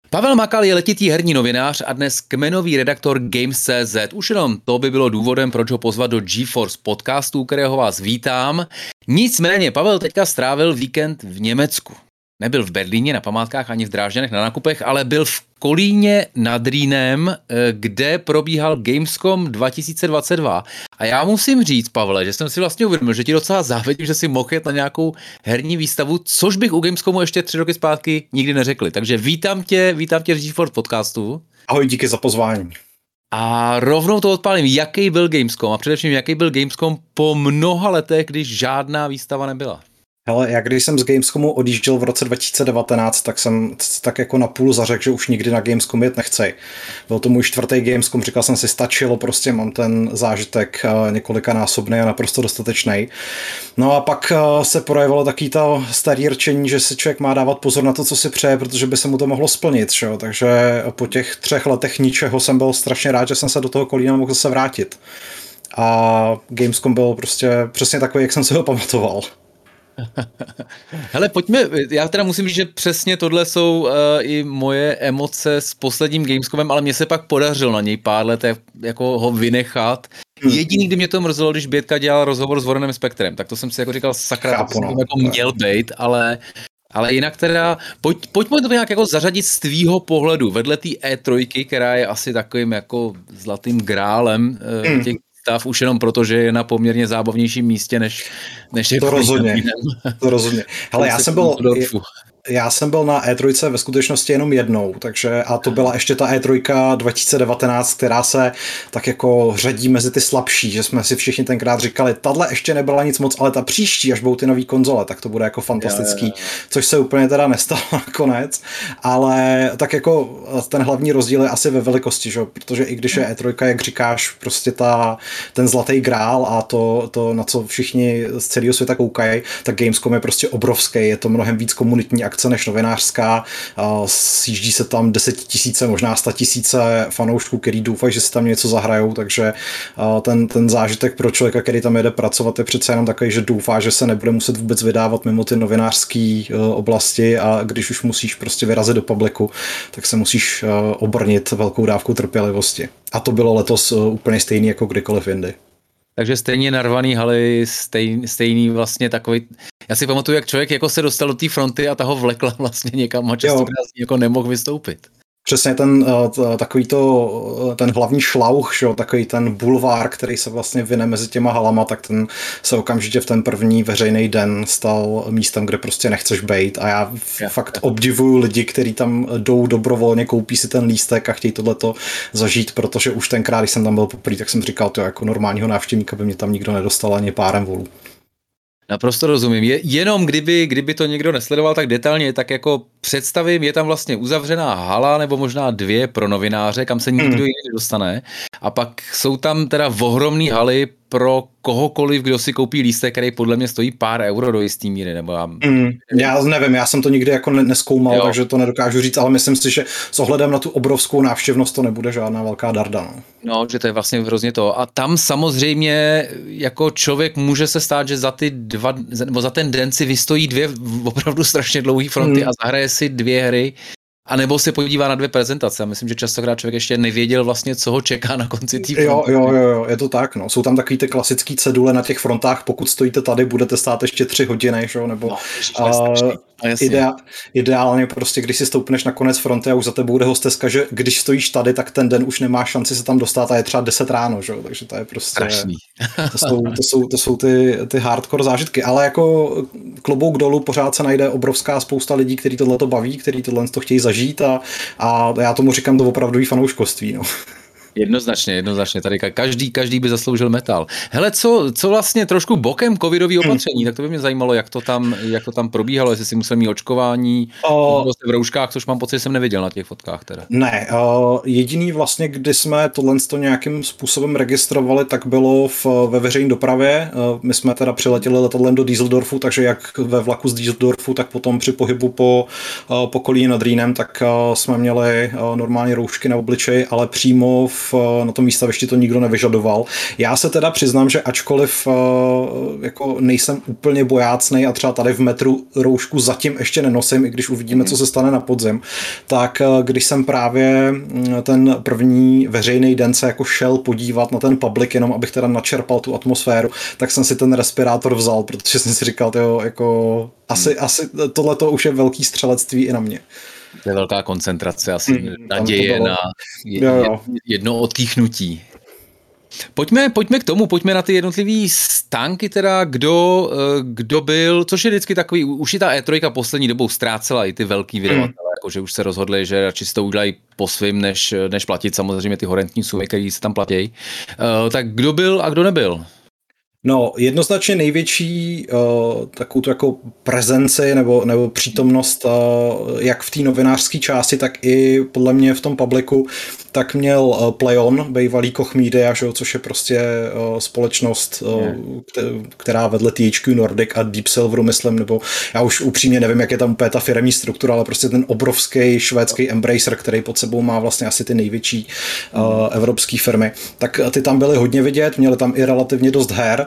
Pavel Makal je letitý herní novinář a dnes kmenový redaktor Games.cz. Už jenom to by bylo důvodem, proč ho pozvat do GeForce podcastu, kterého vás vítám. Nicméně Pavel teďka strávil víkend v Německu. Nebyl v Berlíně na památkách ani v Drážďanech na nákupech, ale byl v Kolíně nad Rýnem, kde probíhal Gamescom 2022. A já musím říct, Pavle, že jsem si vlastně uvědomil, že ti docela závidím, že si mohl jet na nějakou herní výstavu, což bych u Gamescomu ještě 3 roky zpátky nikdy neřekli. Takže vítám tě v GeForce podcastu. Ahoj, díky za pozvání. A rovnou to odpálím, jaký byl Gamescom a především jaký byl Gamescom po mnoha letech, když žádná výstava nebyla. Hele, já když jsem z Gamescomu odjížděl v roce 2019, tak jsem tak jako napůl zařekl, že už nikdy na Gamescom jet nechci. Byl to můj 4. Gamescom, říkal jsem si, stačilo, prostě mám ten zážitek několikanásobný a naprosto dostatečný. No a pak se projevilo taky to starý rčení, že si člověk má dávat pozor na to, co si přeje, protože by se mu to mohlo splnit. Že? Takže po těch 3 letech ničeho jsem byl strašně rád, že jsem se do toho Kolína mohl zase vrátit. A Gamescom byl prostě přesně takový, jak jsem si ho pamatoval. Hele, pojďme, já teda musím říct, že přesně tohle jsou i moje emoce s posledním Gamescomem, ale mně se pak podařilo na něj pár let jako ho vynechat. Jediný, kdy mě to mrzelo, když Bětka dělal rozhovor s Warrenem Spectrem, tak to jsem si jako říkal, sakra, to jsem jako měl být, ale jinak teda, pojďme to nějak jako zařadit z tvýho pohledu, vedle té E3, která je asi takovým jako zlatým grálem těch stav, už jenom proto, že je na poměrně zábavnějším místě, než je to rozhodně. Hele, já jsem byl na E3 ve skutečnosti jenom jednou, takže a to byla ještě ta E3 2019, která se tak jako řadí mezi ty slabší, že jsme si všichni tenkrát říkali, tahle ještě nebyla nic moc, ale ta příští, až budou ty nový konzole, tak to bude jako fantastický, což se úplně teda nestalo nakonec, ale tak jako ten hlavní rozdíl je asi ve velikosti, že? Protože i když je E3, jak říkáš, prostě ten zlatý grál a to, na co všichni z celého světa koukají, tak Gamescom je prostě obrovský, je to mnohem víc komunitní akce než novinářská, sjíždí se tam 10 000, možná 100 000 fanoušků, který doufají, že si tam něco zahrajou, takže ten zážitek pro člověka, který tam jede pracovat, je přece jenom takový, že doufá, že se nebude muset vůbec vydávat mimo ty novinářské oblasti a když už musíš prostě vyrazit do publiku, tak se musíš obrnit velkou dávku trpělivosti. A to bylo letos úplně stejný jako kdykoliv jindy. Takže stejně narvaný haly, stejný vlastně takový. Já si pamatuju, jak člověk jako se dostal do té fronty a ta ho vlekla vlastně někam a častokrát jako nemohl vystoupit. Přesně ten hlavní šlauch, že? Takový ten bulvár, který se vlastně vyne mezi těma halama, tak ten se okamžitě v ten první veřejný den stal místem, kde prostě nechceš bejt a já fakt obdivuju lidi, kteří tam jdou dobrovolně, koupí si ten lístek a chtějí tohleto zažít, protože už tenkrát, když jsem tam byl poprvé, tak jsem říkal, to jako normálního návštěvníka by mě tam nikdo nedostal ani párem volů. Naprosto rozumím. Jenom kdyby to někdo nesledoval tak detailně, tak jako představím, je tam vlastně uzavřená hala nebo možná 2 pro novináře, kam se nikdo jiný nedostane. A pak jsou tam teda ohromný haly pro kohokoliv, kdo si koupí lístek, který podle mě stojí pár euro do jistý míry. Nebo já nevím, já jsem to nikdy jako nezkoumal, takže to nedokážu říct, ale myslím si, že s ohledem na tu obrovskou návštěvnost to nebude žádná velká darda. No, že to je vlastně hrozně to. A tam samozřejmě jako člověk může se stát, že za ten den si vystojí 2 opravdu strašně dlouhý fronty a zahraje si 2 hry. A nebo se podívá na 2 prezentace. Myslím, že častokrát člověk ještě nevěděl vlastně, co ho čeká na konci té fronty. Jo, je to tak. No. Jsou tam takový ty klasický cedule na těch frontách, pokud stojíte tady, budete stát ještě 3 hodiny, že? Nebo ideálně prostě, když si stoupneš na konec fronty a už za tebou bude hostestka, že když stojíš tady, tak ten den už nemá šanci se tam dostat a je třeba 10 ráno, že? Takže to je prostě strašný. to jsou ty hardcore zážitky, ale jako klobouk dolů pořád se najde obrovská spousta lidí, kteří tohleto baví, kteří tohle to chtějí zažít a já tomu říkám to opravdový fanouškovství, no. Jednoznačně, tady každý by zasloužil metal. Hele, co vlastně trošku bokem covidový opatření, tak to by mě zajímalo, jak to tam probíhalo, jestli si musel mít očkování, v rouškách, což mám pocit, že jsem neviděl na těch fotkách teda. Ne, jediný vlastně, kdy jsme tohle nějakým způsobem registrovali, tak bylo ve veřejné dopravě. My jsme teda přiletěli letadlem do Düsseldorfu, takže jak ve vlaku z Düsseldorfu, tak potom při pohybu po Kolíně nad Rýnem, tak jsme měli normálně roušky na obličeji, ale přímo na tom výstavišti to nikdo nevyžadoval. Já se teda přiznám, že ačkoliv jako nejsem úplně bojácnej a třeba tady v metru roušku zatím ještě nenosím, i když uvidíme, co se stane na podzim, tak když jsem právě ten první veřejný den se jako šel podívat na ten public, jenom abych teda načerpal tu atmosféru, tak jsem si ten respirátor vzal, protože jsem si říkal, jako asi tohleto už je velký střelectví i na mě. To je velká koncentrace, asi naděje na jedno odkýchnutí. Pojďme k tomu, pojďme na ty jednotlivý stánky teda, kdo byl, což je vždycky takový, už i ta E3 poslední dobou ztrácela i ty velký vydavatele, jakože už se rozhodli, že radši si to udělají po svým, než platit samozřejmě ty horentní sumy, který se tam platí. Tak kdo byl a kdo nebyl? No, jednoznačně největší takovou tu jako prezenci nebo přítomnost jak v té novinářské části, tak i podle mě v tom publiku, tak měl PlayOn, bývalý Koch Media, což je prostě společnost, která vedle THQ Nordic a Deep Silveru, myslím, nebo já už upřímně nevím, jak je tam úplně ta firemní struktura, ale prostě ten obrovský švédský Embracer, který pod sebou má vlastně asi ty největší evropské firmy, tak ty tam byly hodně vidět, měli tam i relativně dost her.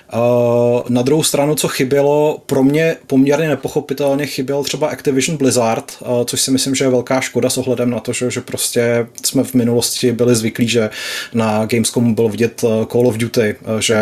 Na druhou stranu, co chybělo, pro mě poměrně nepochopitelně chyběl třeba Activision Blizzard, což si myslím, že je velká škoda s ohledem na to, že prostě jsme v minulosti byli zvyklí, že na Gamescomu bylo vidět Call of Duty, že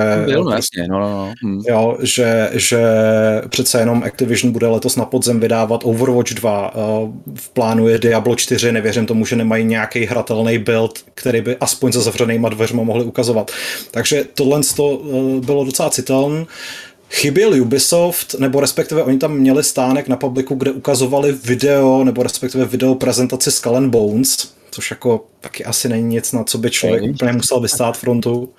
Jo, že přece jenom Activision bude letos na podzem vydávat Overwatch 2, v plánu je Diablo 4, nevěřím tomu, že nemají nějaký hratelný build, který by aspoň za zavřenýma dveřma mohli ukazovat. Takže tohle bylo docela citelné. Chyběl Ubisoft, nebo respektive oni tam měli stánek na publiku, kde ukazovali video, nebo respektive video prezentaci Skull and Bones, což jako taky asi není nic, na co by člověk úplně musel vystát frontu.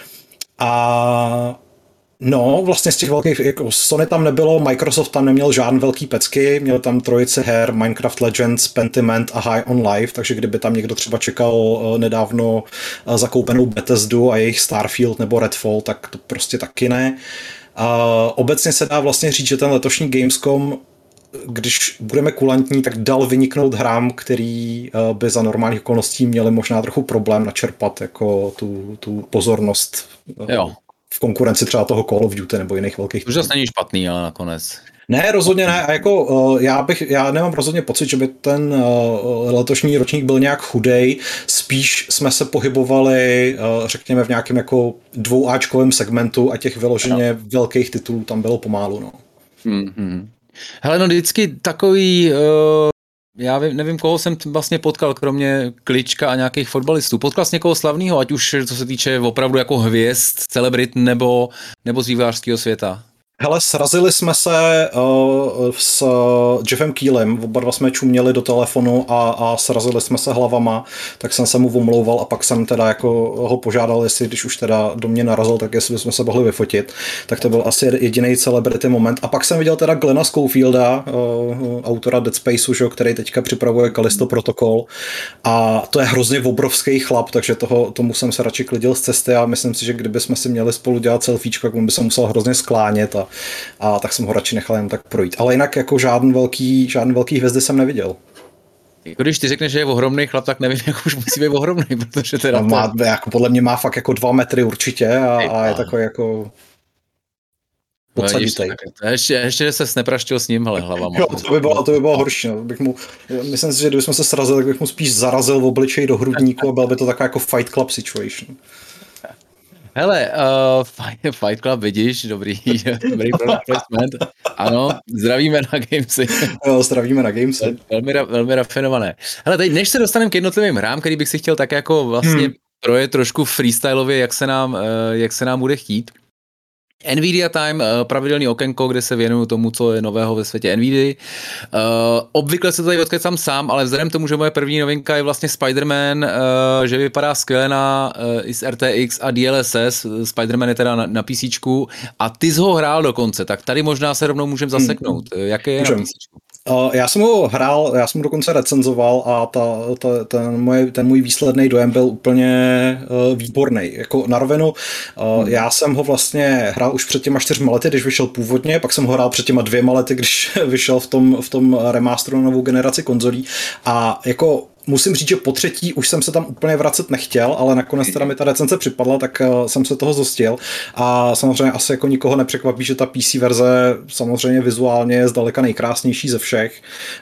A no, vlastně z těch velkých, jako Sony tam nebylo, Microsoft tam neměl žádný velký pecky, měl tam trojici her, Minecraft Legends, Pentiment a High on Life, takže kdyby tam někdo třeba čekal nedávno zakoupenou Bethesdu a jejich Starfield nebo Redfall, tak to prostě taky ne. Obecně se dá vlastně říct, že ten letošní Gamescom, když budeme kulantní, tak dal vyniknout hrám, který by za normálních okolností měli možná trochu problém načerpat jako tu pozornost. Jo. V konkurenci třeba toho Call of Duty nebo jiných velkých. To zase není špatný, ale nakonec. Ne, rozhodně ne. A jako já nemám rozhodně pocit, že by ten letošní ročník byl nějak chudej. Spíš jsme se pohybovali, řekněme, v nějakém jako 2áčkovém segmentu a těch vyloženě velkých titulů tam bylo pomálu. No. Hele, no vždycky takový... Já nevím, koho jsem vlastně potkal, kromě Klička a nějakých fotbalistů. Potkal jsi někoho slavného, ať už co se týče opravdu jako hvězd, celebrit nebo z vývojářského světa? Hele, srazili jsme se s Jeffem Keelem, oba dva jsme čuměli do telefonu a srazili jsme se hlavama, tak jsem se mu omlouval a pak jsem teda jako ho požádal, jestli když už teda do mě narazil, tak jestli bychom se mohli vyfotit, tak to byl asi jediný celebrity moment. A pak jsem viděl teda Glena Schofielda, autora Dead Spaceu, který teďka připravuje Callisto Protocol a to je hrozně obrovský chlap, takže tomu jsem se radši klidil z cesty a myslím si, že kdybychom si měli spolu dělat selfiečko, tak on by se musel hrozně sklánět a tak jsem ho radši nechal jen tak projít. Ale jinak jako žádný velký hvězdy jsem neviděl. Jako když ty řekneš, že je ohromný chlap, tak nevím, jak už musí být ohromný, protože teda... Jako podle mě má fakt jako 2 metry určitě a je takový jako... podsaditej. Ještě se nepraštil s ním, ale hlavama. Jo, to by bylo horší. No. Myslím si, že kdybychom se srazili, tak bych mu spíš zarazil v obličeji do hrudníku a byl by to taková jako Fight Club situation. Hele, Fight Club, vidíš, dobrý placement. Ano, zdravíme na Gamesy. Jo, zdravíme na Gamesy. Velmi rafinované. Hele, teď než se dostaneme k jednotlivým hrám, který bych si chtěl tak jako vlastně projet trošku freestylově, jak se nám bude chtít. Nvidia Time, pravidelný okénko, kde se věnuju tomu, co je nového ve světě Nvidia. Obvykle se tady odkecám sám, ale vzhledem k tomu, že moje první novinka je vlastně Spider-Man, že vypadá skvěle i s RTX a DLSS, Spider-Man je teda na PCčku a ty jsi ho hrál dokonce, tak tady možná se rovnou můžeme zaseknout. Jaké je na PCčku? Já jsem ho hrál, já jsem ho dokonce recenzoval a ten můj výsledný dojem byl úplně výborný. Jako na rovinu, já jsem ho vlastně hrál už před těma 4 lety, když vyšel původně, pak jsem ho hrál před těma 2 lety, když vyšel v tom remasteru na novou generaci konzolí a jako musím říct, že po třetí už jsem se tam úplně vracet nechtěl, ale nakonec teda mi ta recenze připadla, tak jsem se toho zhostil. A samozřejmě asi jako nikoho nepřekvapí, že ta PC verze samozřejmě vizuálně je zdaleka nejkrásnější ze všech.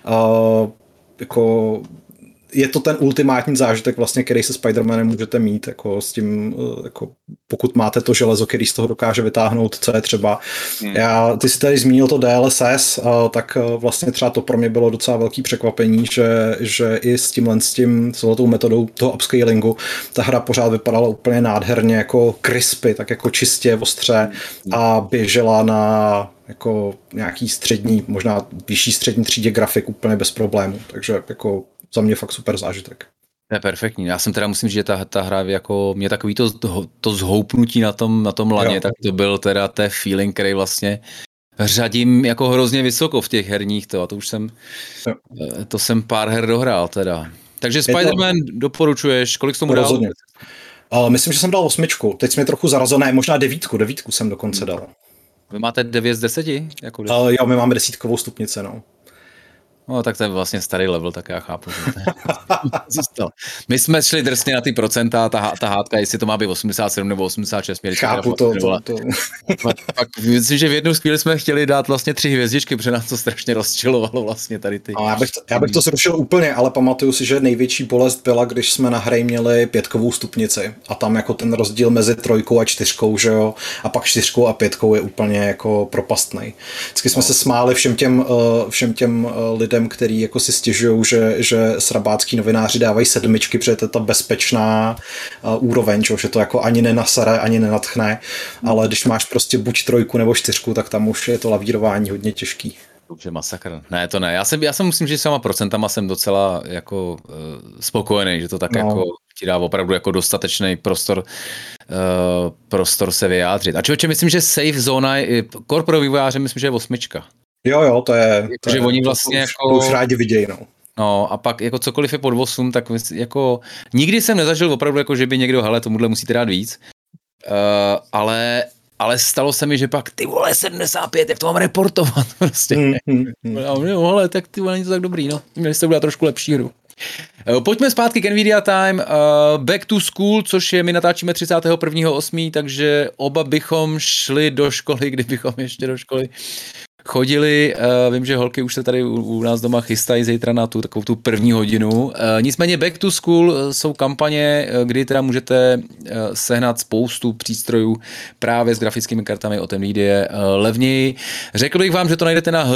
Jako je to ten ultimátní zážitek vlastně, který se Spider-Manem můžete mít, jako s tím, jako pokud máte to železo, který z toho dokáže vytáhnout, co je třeba. Ty jsi tady zmínil to DLSS, tak vlastně třeba to pro mě bylo docela velký překvapení, že i s tou metodou toho upscalingu ta hra pořád vypadala úplně nádherně jako crispy, tak jako čistě, ostře a běžela na jako nějaký střední, možná vyšší střední třídě grafik úplně bez problémů, takže jako za mě fakt super zážitek. To je perfektní. Já jsem teda musím říct, že ta hra jako mě takový to zhoupnutí na tom laně, tak to byl teda ten feeling, který vlastně řadím jako hrozně vysoko v těch herních a to jsem pár her dohrál teda. Takže Spider-Man doporučuješ, kolik jsi tomu dal? Rozhodně. Myslím, že jsem dal 8, teď jsme trochu zarazené, možná 9 jsem dokonce dal. Vy máte 9 z 10? Jako jo, my máme 10kovou stupnici, no. No, tak to je vlastně starý level, tak já chápu, že to my jsme šli drsně na ty procenta, ta hádka, jestli to má být 87 nebo 86. Chápu to. Pak myslím, že v jednu chvíli jsme chtěli dát vlastně 3 hvězdičky, protože nás to strašně rozčilovalo vlastně tady ty. Já bych to zrušil úplně, ale pamatuju si, že největší bolest byla, když jsme na hře měli 5kovou stupnici a tam jako ten rozdíl mezi 3 a 4, že jo, a pak 4 a 5 je úplně jako propastnej. Vždycky jsme se smáli všem těm lidem, který jako si stěžují, že srabácký novináři dávají 7, protože to je ta bezpečná úroveň, že to jako ani nenasere, ani nenatchne, ale když máš prostě buď 3 nebo 4, tak tam už je to lavírování hodně těžký. Dobře, masakr. Ne, to ne. Já jsem musím, že s těma procentama jsem docela jako spokojený, že to tak jako ti dá opravdu jako dostatečný prostor se vyjádřit. A člověče, myslím, že safe zóna core pro vývojáře, myslím, že je 8. Jo, to je... Že oni vlastně to už rádi vidějí, no. No a pak jako cokoliv je pod 8, tak jako nikdy jsem nezažil opravdu jako, že by někdo, hele, tomuhle musíte dát víc, ale stalo se mi, že pak, ty vole, 75, jak to mám reportovat, prostě. Ale tak ty vole, není to tak dobrý, no. Měli jste udělat trošku lepší hru. Pojďme zpátky k Nvidia Time, Back to School, což je, my natáčíme 31.8., takže oba bychom šli do školy, kdybychom ještě do školy chodili, vím, že holky už se tady u nás doma chystají zítra na takovou tu první hodinu. Nicméně Back to School jsou kampaně, kdy teda můžete sehnat spoustu přístrojů právě s grafickými kartami od Nvidia levněji. Řekl bych vám, že to najdete na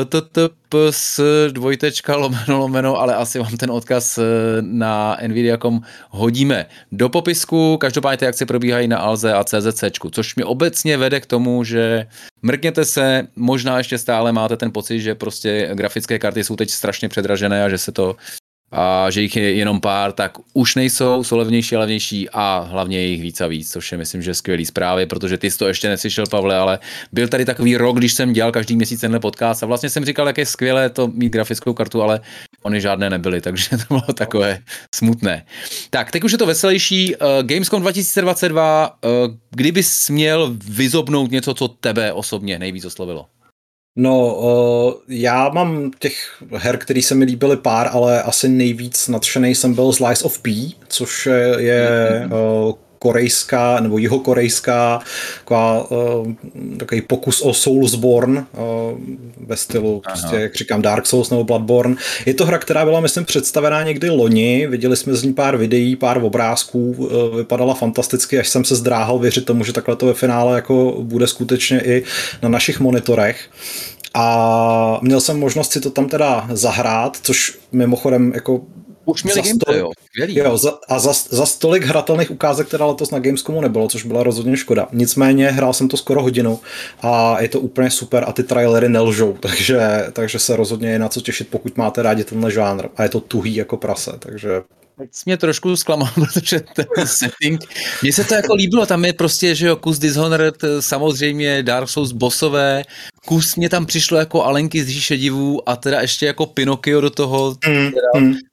https://, ale asi vám ten odkaz na nvidia.com hodíme do popisku. Každopádně ty akce probíhají na Alze a CZCčku, což mě obecně vede k tomu, že mrkněte se, možná ještě stále máte ten pocit, že prostě grafické karty jsou teď strašně předražené a že jich je jenom pár, tak už nejsou, jsou levnější a hlavně je jich víc a víc, což je myslím, že skvělý zprávy, protože ty jsi to ještě neslyšel, Pavle, ale byl tady takový rok, když jsem dělal každý měsíc tenhle podcast a vlastně jsem říkal, jak je skvělé to mít grafickou kartu, ale ony žádné nebyly, takže to bylo takové smutné. Tak, teď už je to veselější. Gamescom 2022, kdybys měl vyzobnout něco, co tebe osobně nejvíc oslovilo? No, já mám těch her, které se mi líbily pár, ale asi nejvíc nadšený jsem byl z Lies of P, což je korejská nebo jihokorejská takový pokus o Soulsborne ve stylu, prostě, jak říkám, Dark Souls nebo Bloodborne. Je to hra, která byla, myslím, představená někdy loni, viděli jsme z ní pár videí, pár obrázků, vypadala fantasticky, až jsem se zdráhal věřit tomu, že takhle to ve finále jako bude skutečně i na našich monitorech. A měl jsem možnost si to tam teda zahrát, což mimochodem jako už měli gameplay, jo. Za stolik hratelných ukázek teda letos na Gamescomu nebylo, což byla rozhodně škoda. Nicméně hrál jsem to skoro hodinu a je to úplně super a ty trailery nelžou, takže se rozhodně je na co těšit, pokud máte rádi tenhle žánr. A je to tuhý jako prase, takže... Teď jsi mě trošku zklamal, protože ten setting, mně se to jako líbilo, tam je prostě, že jo, kus Dishonored, samozřejmě Dark Souls bossové, kus mě tam přišlo jako Alenky z říše divů a teda ještě jako Pinocchio do toho, teda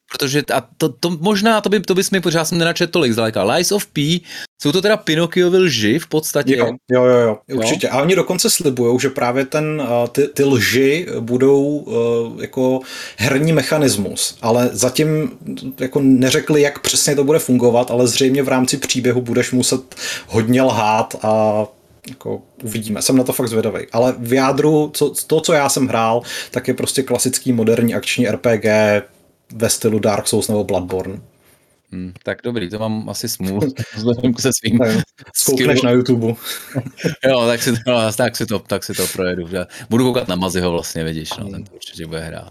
Protože možná to bys mi, protože já jsem nenačet tolik zdaleka. Lies of P, jsou to teda Pinokiovy lži v podstatě? Jo, určitě. A oni dokonce slibujou, že právě ty lži budou jako herní mechanismus, ale zatím jako neřekli, jak přesně to bude fungovat, ale zřejmě v rámci příběhu budeš muset hodně lhát a jako uvidíme. Jsem na to fakt zvědavý. Ale v jádru, co já jsem hrál, tak je prostě klasický moderní akční RPG ve stylu Dark Souls nebo Bloodborne. Tak dobrý, to mám asi smůl se svým. Zkoukneš na YouTube. Jo, tak si to projedu. Budu koukat na Maziho vlastně, vidíš, no, ten to určitě bude hrát.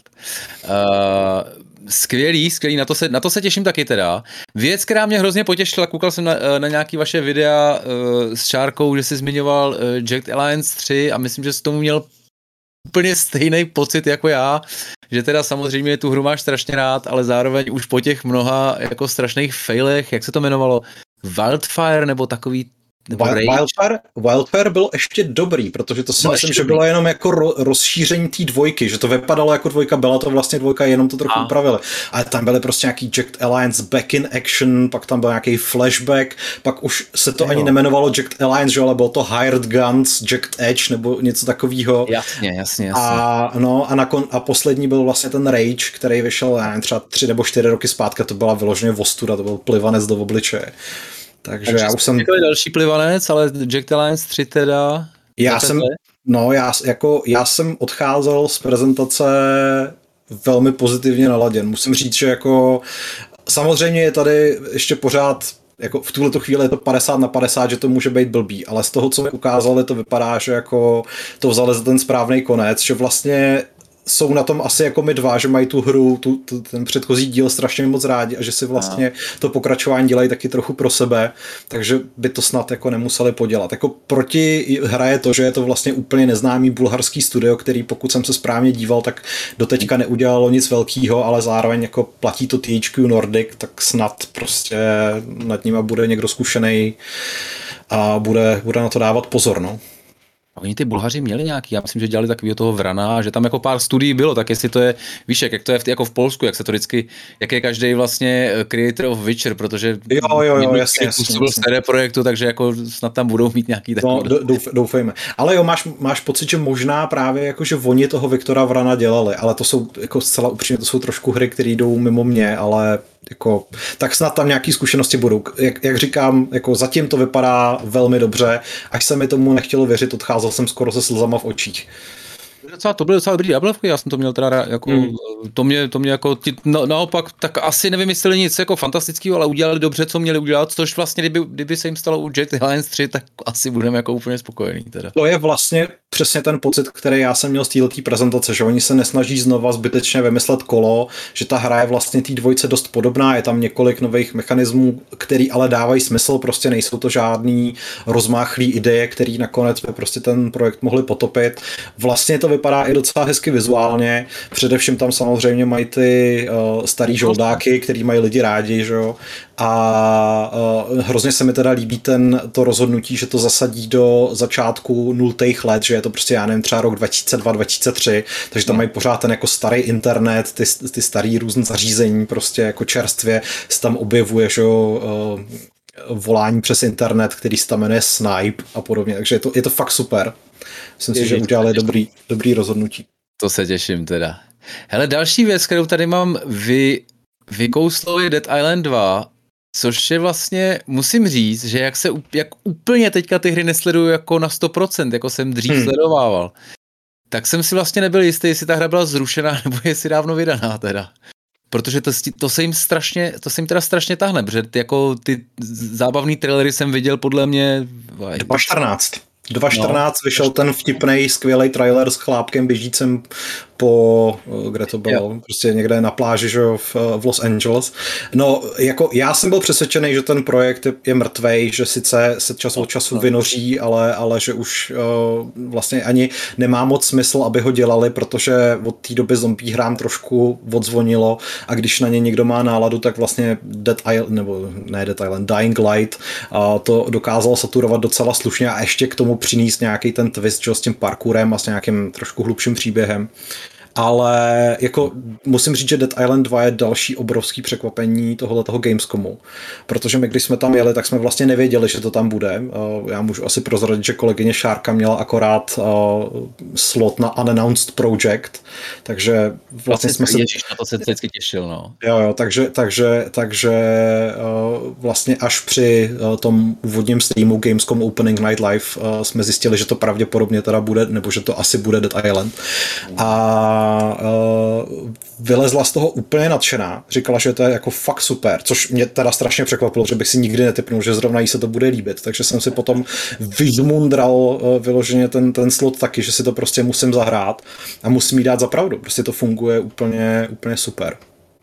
Skvělý, na to se těším taky teda. Věc, která mě hrozně potěšila, koukal jsem na nějaký vaše videa s Šárkou, že jsi zmiňoval Jagged Alliance 3 a myslím, že jsi tomu měl úplně stejný pocit jako já, že teda samozřejmě tu hru máš strašně rád, ale zároveň už po těch mnoha jako strašných failech, jak se to jmenovalo, Wildfire nebo takový Wildfire byl ještě dobrý, protože to si myslím, že bylo jenom jako rozšíření té dvojky, že to vypadalo jako dvojka, byla to vlastně dvojka, jenom to trochu upravili. Ale tam byly prostě nějaký Jagged Alliance Back in Action, pak tam byl nějaký flashback, pak už se to ani nemenovalo Jagged Alliance, že, ale bylo to Hired Guns, Jagged Edge nebo něco takového. Jasně. A poslední byl vlastně ten Rage, který vyšel třeba 3 nebo 4 roky zpátky, to byla vyloženě vostuda, to byl plivanec do obličeje. Takže já už jsem... další plivanec, ale Jagged Alliance 3 teda... Já jsem odcházel z prezentace velmi pozitivně naladěn. Musím říct, že jako samozřejmě je tady ještě pořád jako v tuhleto chvíli je to 50/50, že to může být blbý, ale z toho, co mi ukázali, to vypadá, že jako to vzali za ten správný konec, že vlastně jsou na tom asi jako my dva, že mají tu hru, ten předchozí díl strašně moc rádi a že si vlastně to pokračování dělají taky trochu pro sebe, takže by to snad jako nemuseli podělat. Jako proti hraje to, že je to vlastně úplně neznámý bulharský studio, který pokud jsem se správně díval, tak doteďka neudělalo nic velkýho, ale zároveň jako platí to THQ Nordic, tak snad prostě nad nima bude někdo zkušenej a bude na to dávat pozor, no. Oni ty Bulhaři měli nějaký, já myslím, že dělali takového toho Vrana, že tam jako pár studií bylo, tak jestli to je, víš, jak to je jako v Polsku, jak se to vždycky, jak je každý vlastně creator of Witcher, protože jo, jasně. Byl z té projektu, takže jako snad tam budou mít nějaký takový. No, doufejme. Ale jo, máš pocit, že možná právě jako, že oni toho Viktora Vrana dělali, ale to jsou jako zcela upřímně, to jsou trošku hry, které jdou mimo mě, ale jako, tak snad tam nějaký zkušenosti budou. Jak říkám, jako zatím to vypadá velmi dobře, až se mi tomu nechtělo věřit, odcházel jsem skoro se slzama v očích. To byly docela dobrý jablevky, já jsem to měl teda jako, to mě jako, naopak, tak asi nevymysleli nic jako fantastického, ale udělali dobře, co měli udělat, což vlastně, kdyby se jim stalo u Jagged Alliance 3, tak asi budeme jako úplně spokojení teda. To je vlastně přesně ten pocit, který já jsem měl z této prezentace, že oni se nesnaží znova zbytečně vymyslet kolo, že ta hra je vlastně té dvojce dost podobná, je tam několik nových mechanismů, který ale dávají smysl, prostě nejsou to žádný rozmáchlý ideje, který nakonec by prostě ten projekt mohli potopit. Vlastně to vypadá i docela hezky vizuálně, především tam samozřejmě mají ty starý žoldáky, který mají lidi rádi, že jo, a hrozně se mi teda líbí to rozhodnutí, že to zasadí do začátku 0. let, že je to prostě, já nevím, třeba rok 2002-2003, takže tam mají pořád ten jako starý internet, ty starý různé zařízení, prostě jako čerstvě se tam objevuje, že jo, volání přes internet, který se tam jmenuje Snipe a podobně, takže je to fakt super. Myslím si, že udělali dobrý rozhodnutí. To se těším teda. Hele, další věc, kterou tady mám vykouslo je Dead Island 2, což je vlastně, musím říct, že jak úplně teďka ty hry nesleduju jako na 100%, jako jsem dřív sledovával, tak jsem si vlastně nebyl jistý, jestli ta hra byla zrušená, nebo jestli dávno vydaná teda. Protože to se jim teda strašně tahne, protože ty zábavný trailery jsem viděl podle mě 2014 vyšel ten vtipnej, skvělý trailer s chlápkem běžícem kde to bylo, prostě někde na pláži, že v Los Angeles. No, jako já jsem byl přesvědčený, že ten projekt je mrtvej, že sice se čas od času vynoří, ale že už vlastně ani nemá moc smysl, aby ho dělali, protože od té doby zombie hrám trošku odzvonilo a když na ně někdo má náladu, tak vlastně Dying Light to dokázal saturovat docela slušně a ještě k tomu přinést nějaký ten twist, že, s tím parkourem a s nějakým trošku hlubším příběhem. ale jako musím říct, že Dead Island 2 je další obrovský překvapení tohoto Gamescomu, protože my, když jsme tam jeli, tak jsme vlastně nevěděli, že to tam bude. Já můžu asi prozradit, že kolegyně Šárka měla akorát slot na Unannounced Project, takže vlastně jsme se... Ježiš, na to se vždycky těšil, no. Jo, takže vlastně až při tom úvodním streamu Gamescom Opening Night Live jsme zjistili, že to pravděpodobně teda bude, nebo že to asi bude Dead Island. A vylezla z toho úplně nadšená. Říkala, že to je jako fakt super, což mě teda strašně překvapilo, že bych si nikdy netipnul, že zrovna jí se to bude líbit. Takže jsem si potom vyžmundral vyloženě ten slot taky, že si to prostě musím zahrát a musím jí dát za pravdu. Prostě to funguje úplně super.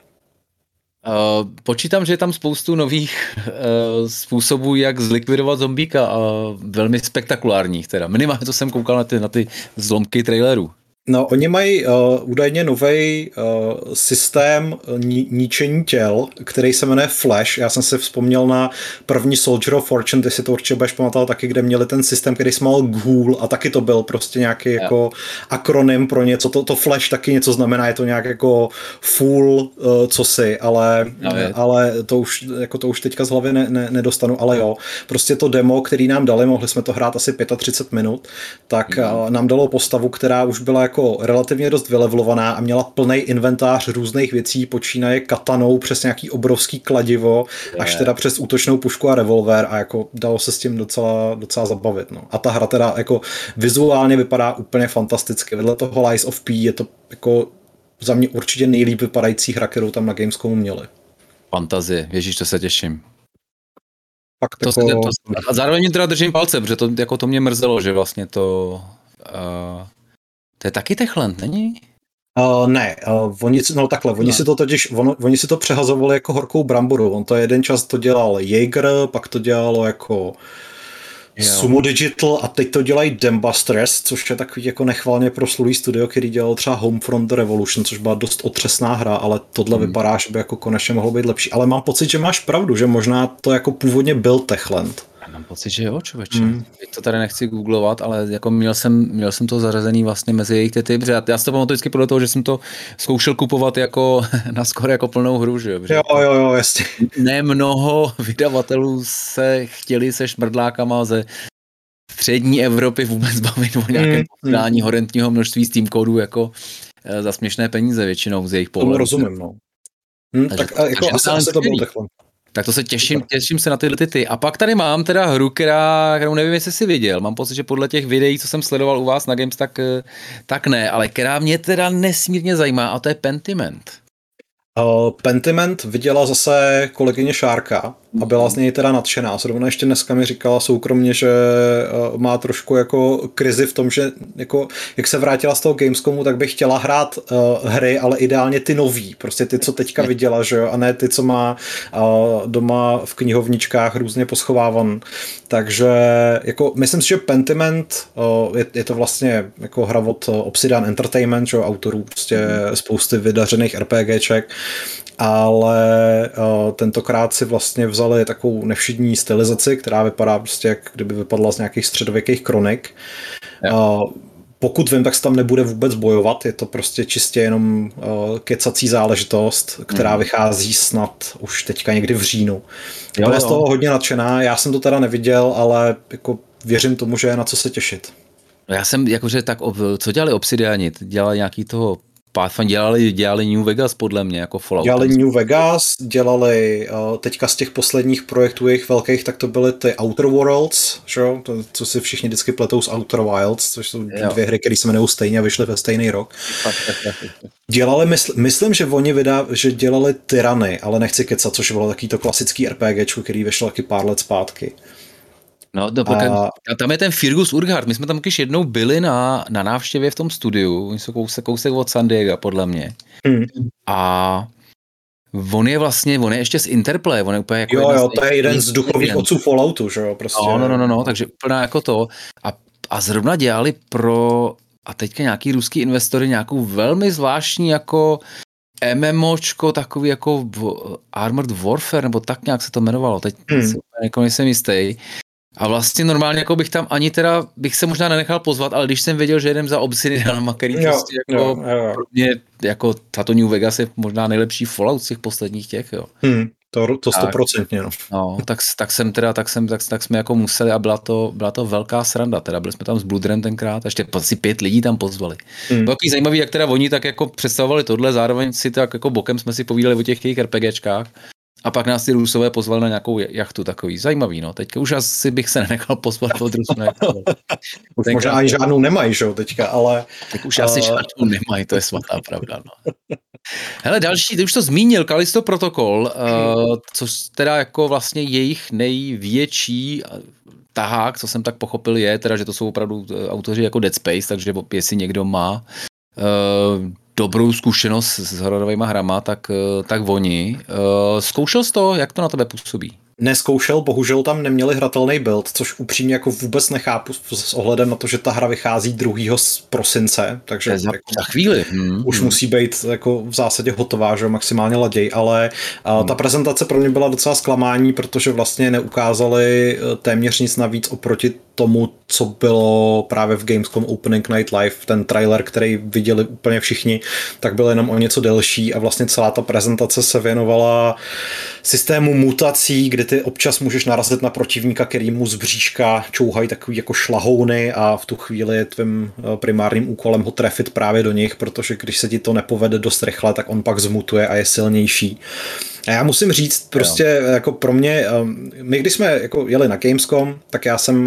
Počítám, že je tam spoustu nových způsobů, jak zlikvidovat zombíka a velmi spektakulárních teda. Minimálně to jsem koukal na ty zlomky trailerů. No, oni mají údajně nový systém ničení těl, který se jmenuje Flash. Já jsem si vzpomněl na první Soldier of Fortune, ty si to určitě budeš pamatovat taky, kde měli ten systém, který se jmenoval Ghoul a taky to byl prostě nějaký jako akronym pro něco. To Flash taky něco znamená, je to nějak jako full cosi, ale to už teďka z hlavy nedostanu, ale jo. Prostě to demo, který nám dali, mohli jsme to hrát asi 35 minut, tak nám dalo postavu, která už byla jako relativně dost vylevlovaná a měla plný inventář různých věcí, počínaje katanou přes nějaký obrovský kladivo, až teda přes útočnou pušku a revolver a jako dalo se s tím docela zabavit. No. A ta hra teda jako vizuálně vypadá úplně fantasticky. Vedle toho Lies of P je to jako za mě určitě nejlíp vypadající hra, kterou tam na Gamescomu měli. Fantazie, ježíš, to se těším. Jako... A zároveň teda držím palce, protože to mě mrzelo, že vlastně to je taky Techland, není? Ne, oni si to přehazovali jako horkou bramboru. On to jeden čas to dělal Jaeger, pak to dělalo jako Sumo Digital a teď to dělají Dambusters, což je takový jako nechvalně proslulý studio, který dělal třeba Homefront Revolution, což byla dost otřesná hra, ale tohle vypadá, že by jako konečně mohlo být lepší. Ale mám pocit, že máš pravdu, že možná to jako původně byl Techland. Mám pocit, že jo, člověče. Teď to tady nechci googlovat, ale jako měl jsem to zařazený vlastně mezi jejich ty, protože já si to pamatuju vždycky podle toho, že jsem to zkoušel kupovat jako na skoro jako plnou hru, že jo. Jo, jasně. Ne mnoho vydavatelů se chtěli se šmrdlákama ze střední Evropy vůbec bavit o nějakém podání horentního množství Steam kódů jako za směšné peníze většinou z jejich pohledu. Tomu rozumím, no. Tak jako asi to byl Techland. Tak to se těším se na tyhle ty. A pak tady mám teda hru, kterou nevím, jestli jsi viděl. Mám pocit, že podle těch videí, co jsem sledoval u vás na Games, tak ne, ale která mě teda nesmírně zajímá, a to je Pentiment. Pentiment viděla zase kolegyně Šárka a byla z něj teda nadšená. Zrovna ještě dneska mi říkala soukromně, že má trošku jako krizi v tom, že jako, jak se vrátila z toho Gamescomu, tak by chtěla hrát hry, ale ideálně ty nový, prostě ty, co teďka viděla, že jo, a ne ty, co má doma v knihovničkách různě poschovávan. Takže jako myslím si, že Pentiment je to vlastně jako hra od Obsidian Entertainment, že jo, autorů prostě spousty vydařených RPGček, ale tentokrát si vlastně vzali takovou nevšední stylizaci, která vypadá prostě jak kdyby vypadla z nějakých středověkých kronik. Pokud vím, tak se tam nebude vůbec bojovat, je to prostě čistě jenom kecací záležitost, která vychází snad už teďka někdy v říjnu. Je z toho hodně nadšená, já jsem to teda neviděl, ale jako věřím tomu, že je na co se těšit. No já jsem jakože tak, co dělali Obsidiani? Dělali nějaký toho Pathfinder, dělali New Vegas podle mě, jako Fallout. Dělali New Vegas, dělali teďka z těch posledních projektů jejich velkých, tak to byly ty Outer Worlds, že? To, co si všichni vždycky pletou s Outer Wilds, což jsou dvě hry, které se jmenují stejně a vyšly ve stejný rok. Dělali, myslím, že oni že dělali Tyrany, ale nechci kecat, což bylo takový to klasický RPGčko, který vyšlo taky pár let zpátky. No, a tam je ten Fergus Urquhart, my jsme tam když jednou byli na návštěvě v tom studiu, oni jsou kousek od San Diego, podle mě. A on je ještě z Interplay, on je úplně jako... Jo, to je jeden z duchových otců Falloutu, že jo, prostě. No, takže úplně jako to. A zrovna dělali a teďka nějaký ruský investory nějakou velmi zvláštní jako MMOčko, takový jako Armored Warfare, nebo tak nějak se to jmenovalo, teď jako nejsem jistý. A vlastně normálně jako bych se možná nenechal pozvat, ale když jsem věděl, že jedem za Obsidianem, který prostě jako pro mě jako tato New Vegas je možná nejlepší Fallout z těch posledních těch, jo. To 100%. No, tak jsme jako museli a byla to velká sranda, teda byli jsme tam s Bloodrem tenkrát, ještě asi 5 lidí tam pozvali. Bylo takový zajímavý, jak teda oni tak jako představovali tohle, zároveň si tak jako bokem jsme si povídali o těch jejich RPGčkách. A pak nás ty Rusové pozvali na nějakou jachtu, takový zajímavý, no. Teďka už asi bych se nenechal pozvat od Rusů na jachtu. Už možná ani žádnou nemají, že jo, teďka, ale... Tak už asi žádnou nemají, to je svatá pravda, no. Hele, další, ty už to zmínil, Callisto Protocol, což teda jako vlastně jejich největší tahák, co jsem tak pochopil, je teda, že to jsou opravdu autoři jako Dead Space, takže jestli někdo má dobrou zkušenost s hororovými hrama, tak oni. Zkoušel jsi to? Jak to na tebe působí? Neskoušel, bohužel tam neměli hratelný build, což upřímně jako vůbec nechápu s ohledem na to, že ta hra vychází 2. prosince, takže za chvíli. Už musí být jako v zásadě hotová, že maximálně laděj, ale ta prezentace pro mě byla docela zklamání, protože vlastně neukázali téměř nic navíc oproti tomu, co bylo právě v Gamescom Opening Night Live, ten trailer, který viděli úplně všichni, tak byl jenom o něco delší a vlastně celá ta prezentace se věnovala systému mutací, kdy ty občas můžeš narazit na protivníka, který mu z bříška čouhají takový jako šlahouny a v tu chvíli je tvým primárním úkolem ho trefit právě do nich, protože když se ti to nepovede dost rychle, tak on pak zmutuje a je silnější. A já musím říct, prostě jako pro mě, my když jsme jako jeli na Gamescom, tak já jsem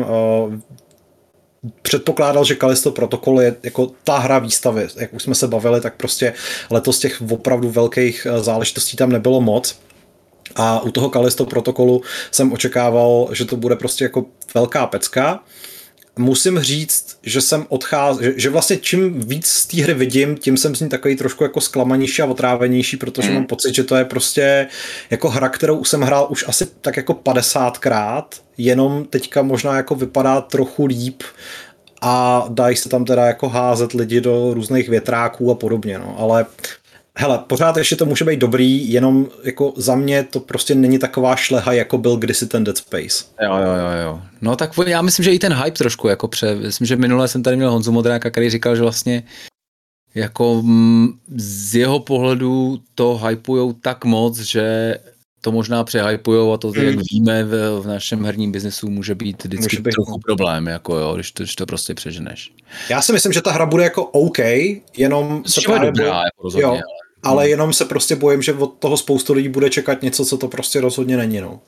předpokládal, že Callisto Protocol je jako ta hra výstavy. Jak už jsme se bavili, tak prostě letos těch opravdu velkých záležitostí tam nebylo moc. A u toho Callisto Protokolu jsem očekával, že to bude prostě jako velká pecka. Musím říct, že jsem že vlastně čím víc z té hry vidím, tím jsem z ní takový trošku jako zklamanější a otrávenější, protože mám pocit, že to je prostě jako hra, kterou jsem hrál už asi tak jako 50krát, jenom teďka možná jako vypadá trochu líp a dají se tam teda jako házet lidi do různých větráků a podobně, no, ale hele, pořád ještě to může být dobrý, jenom jako za mě to prostě není taková šleha, jako byl kdysi ten Dead Space. Jo. No tak já myslím, že i ten hype trošku, jako myslím, že minule jsem tady měl Honzu Modráka, který říkal, že vlastně jako z jeho pohledu to hypujou tak moc, že to možná přehypujou a to, jak víme, v našem herním biznesu může být vždycky trochu problém, jako jo, když to prostě přeženeš. Já si myslím, že ta hra bude jako OK, jenom se právě dobrá, jako rozhodně, ale jenom se prostě bojím, že od toho spoustu lidí bude čekat něco, co to prostě rozhodně není, no.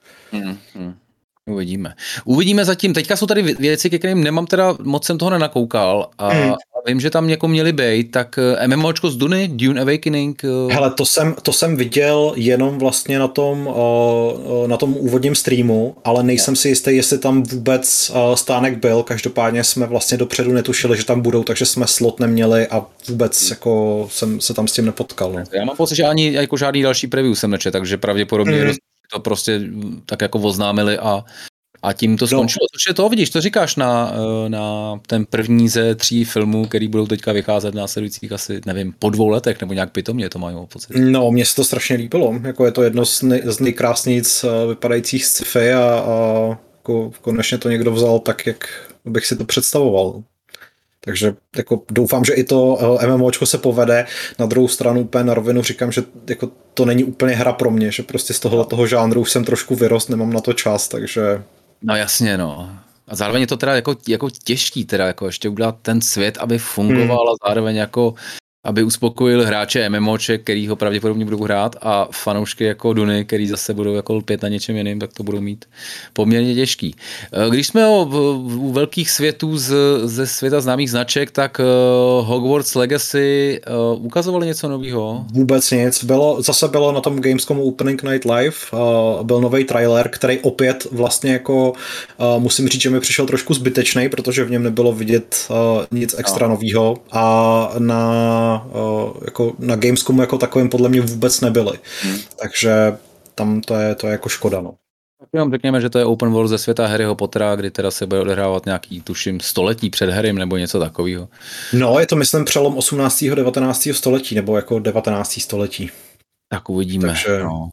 Uvidíme zatím. Teďka jsou tady věci, ke kterým nemám teda, moc jsem toho nenakoukal a vím, že tam jako měli být, tak MMOčko z Duny, Dune Awakening. Hele, to jsem viděl jenom vlastně na tom úvodním streamu, ale nejsem si jistý, jestli tam vůbec stánek byl. Každopádně jsme vlastně dopředu netušili, že tam budou, takže jsme slot neměli a vůbec jako jsem se tam s tím nepotkal. No. Já mám pocit, že ani jako žádný další preview jsem nečetl, takže pravděpodobně to prostě tak jako oznámili a tím to skončilo. Což je to, vidíš, to říkáš na ten první ze 3 filmů, který budou teďka vycházet v následujících asi, nevím, po 2 letech, nebo nějak pitomně to mají pocit. No, mně se to strašně líbilo, jako je to jedno z nejkrásnějc vypadajících sci-fi a jako konečně to někdo vzal tak, jak bych si to představoval. Takže jako doufám, že i to MMOčko se povede. Na druhou stranu úplně na rovinu říkám, že jako to není úplně hra pro mě, že prostě z toho žánru už jsem trošku vyrost, nemám na to čas, takže... No jasně, no. A zároveň je to teda jako těžký teda jako ještě udělat ten svět, aby fungoval a zároveň jako aby uspokojil hráče MMOček, který ho pravděpodobně budou hrát a fanoušky jako Duny, který zase budou jako lpět na něčem jiným, tak to budou mít poměrně těžký. Když jsme u velkých světů ze světa známých značek, tak Hogwarts Legacy ukazovali něco nového? Vůbec nic. Zase bylo na tom Gamescomu Opening Night Live, byl nový trailer, který opět vlastně jako musím říct, že mi přišel trošku zbytečný, protože v něm nebylo vidět nic extra nového a jako na Gamescomu jako takovým podle mě vůbec nebyly. Takže tam to je jako škoda, no. Tak jenom řekněme, že to je open world ze světa Harryho Pottera, kdy teda se bude odehrávat nějaký, tuším, století před Harrym nebo něco takového. No, je to myslím přelom 18. 19. století, nebo jako 19. století. Tak uvidíme. Takže... No.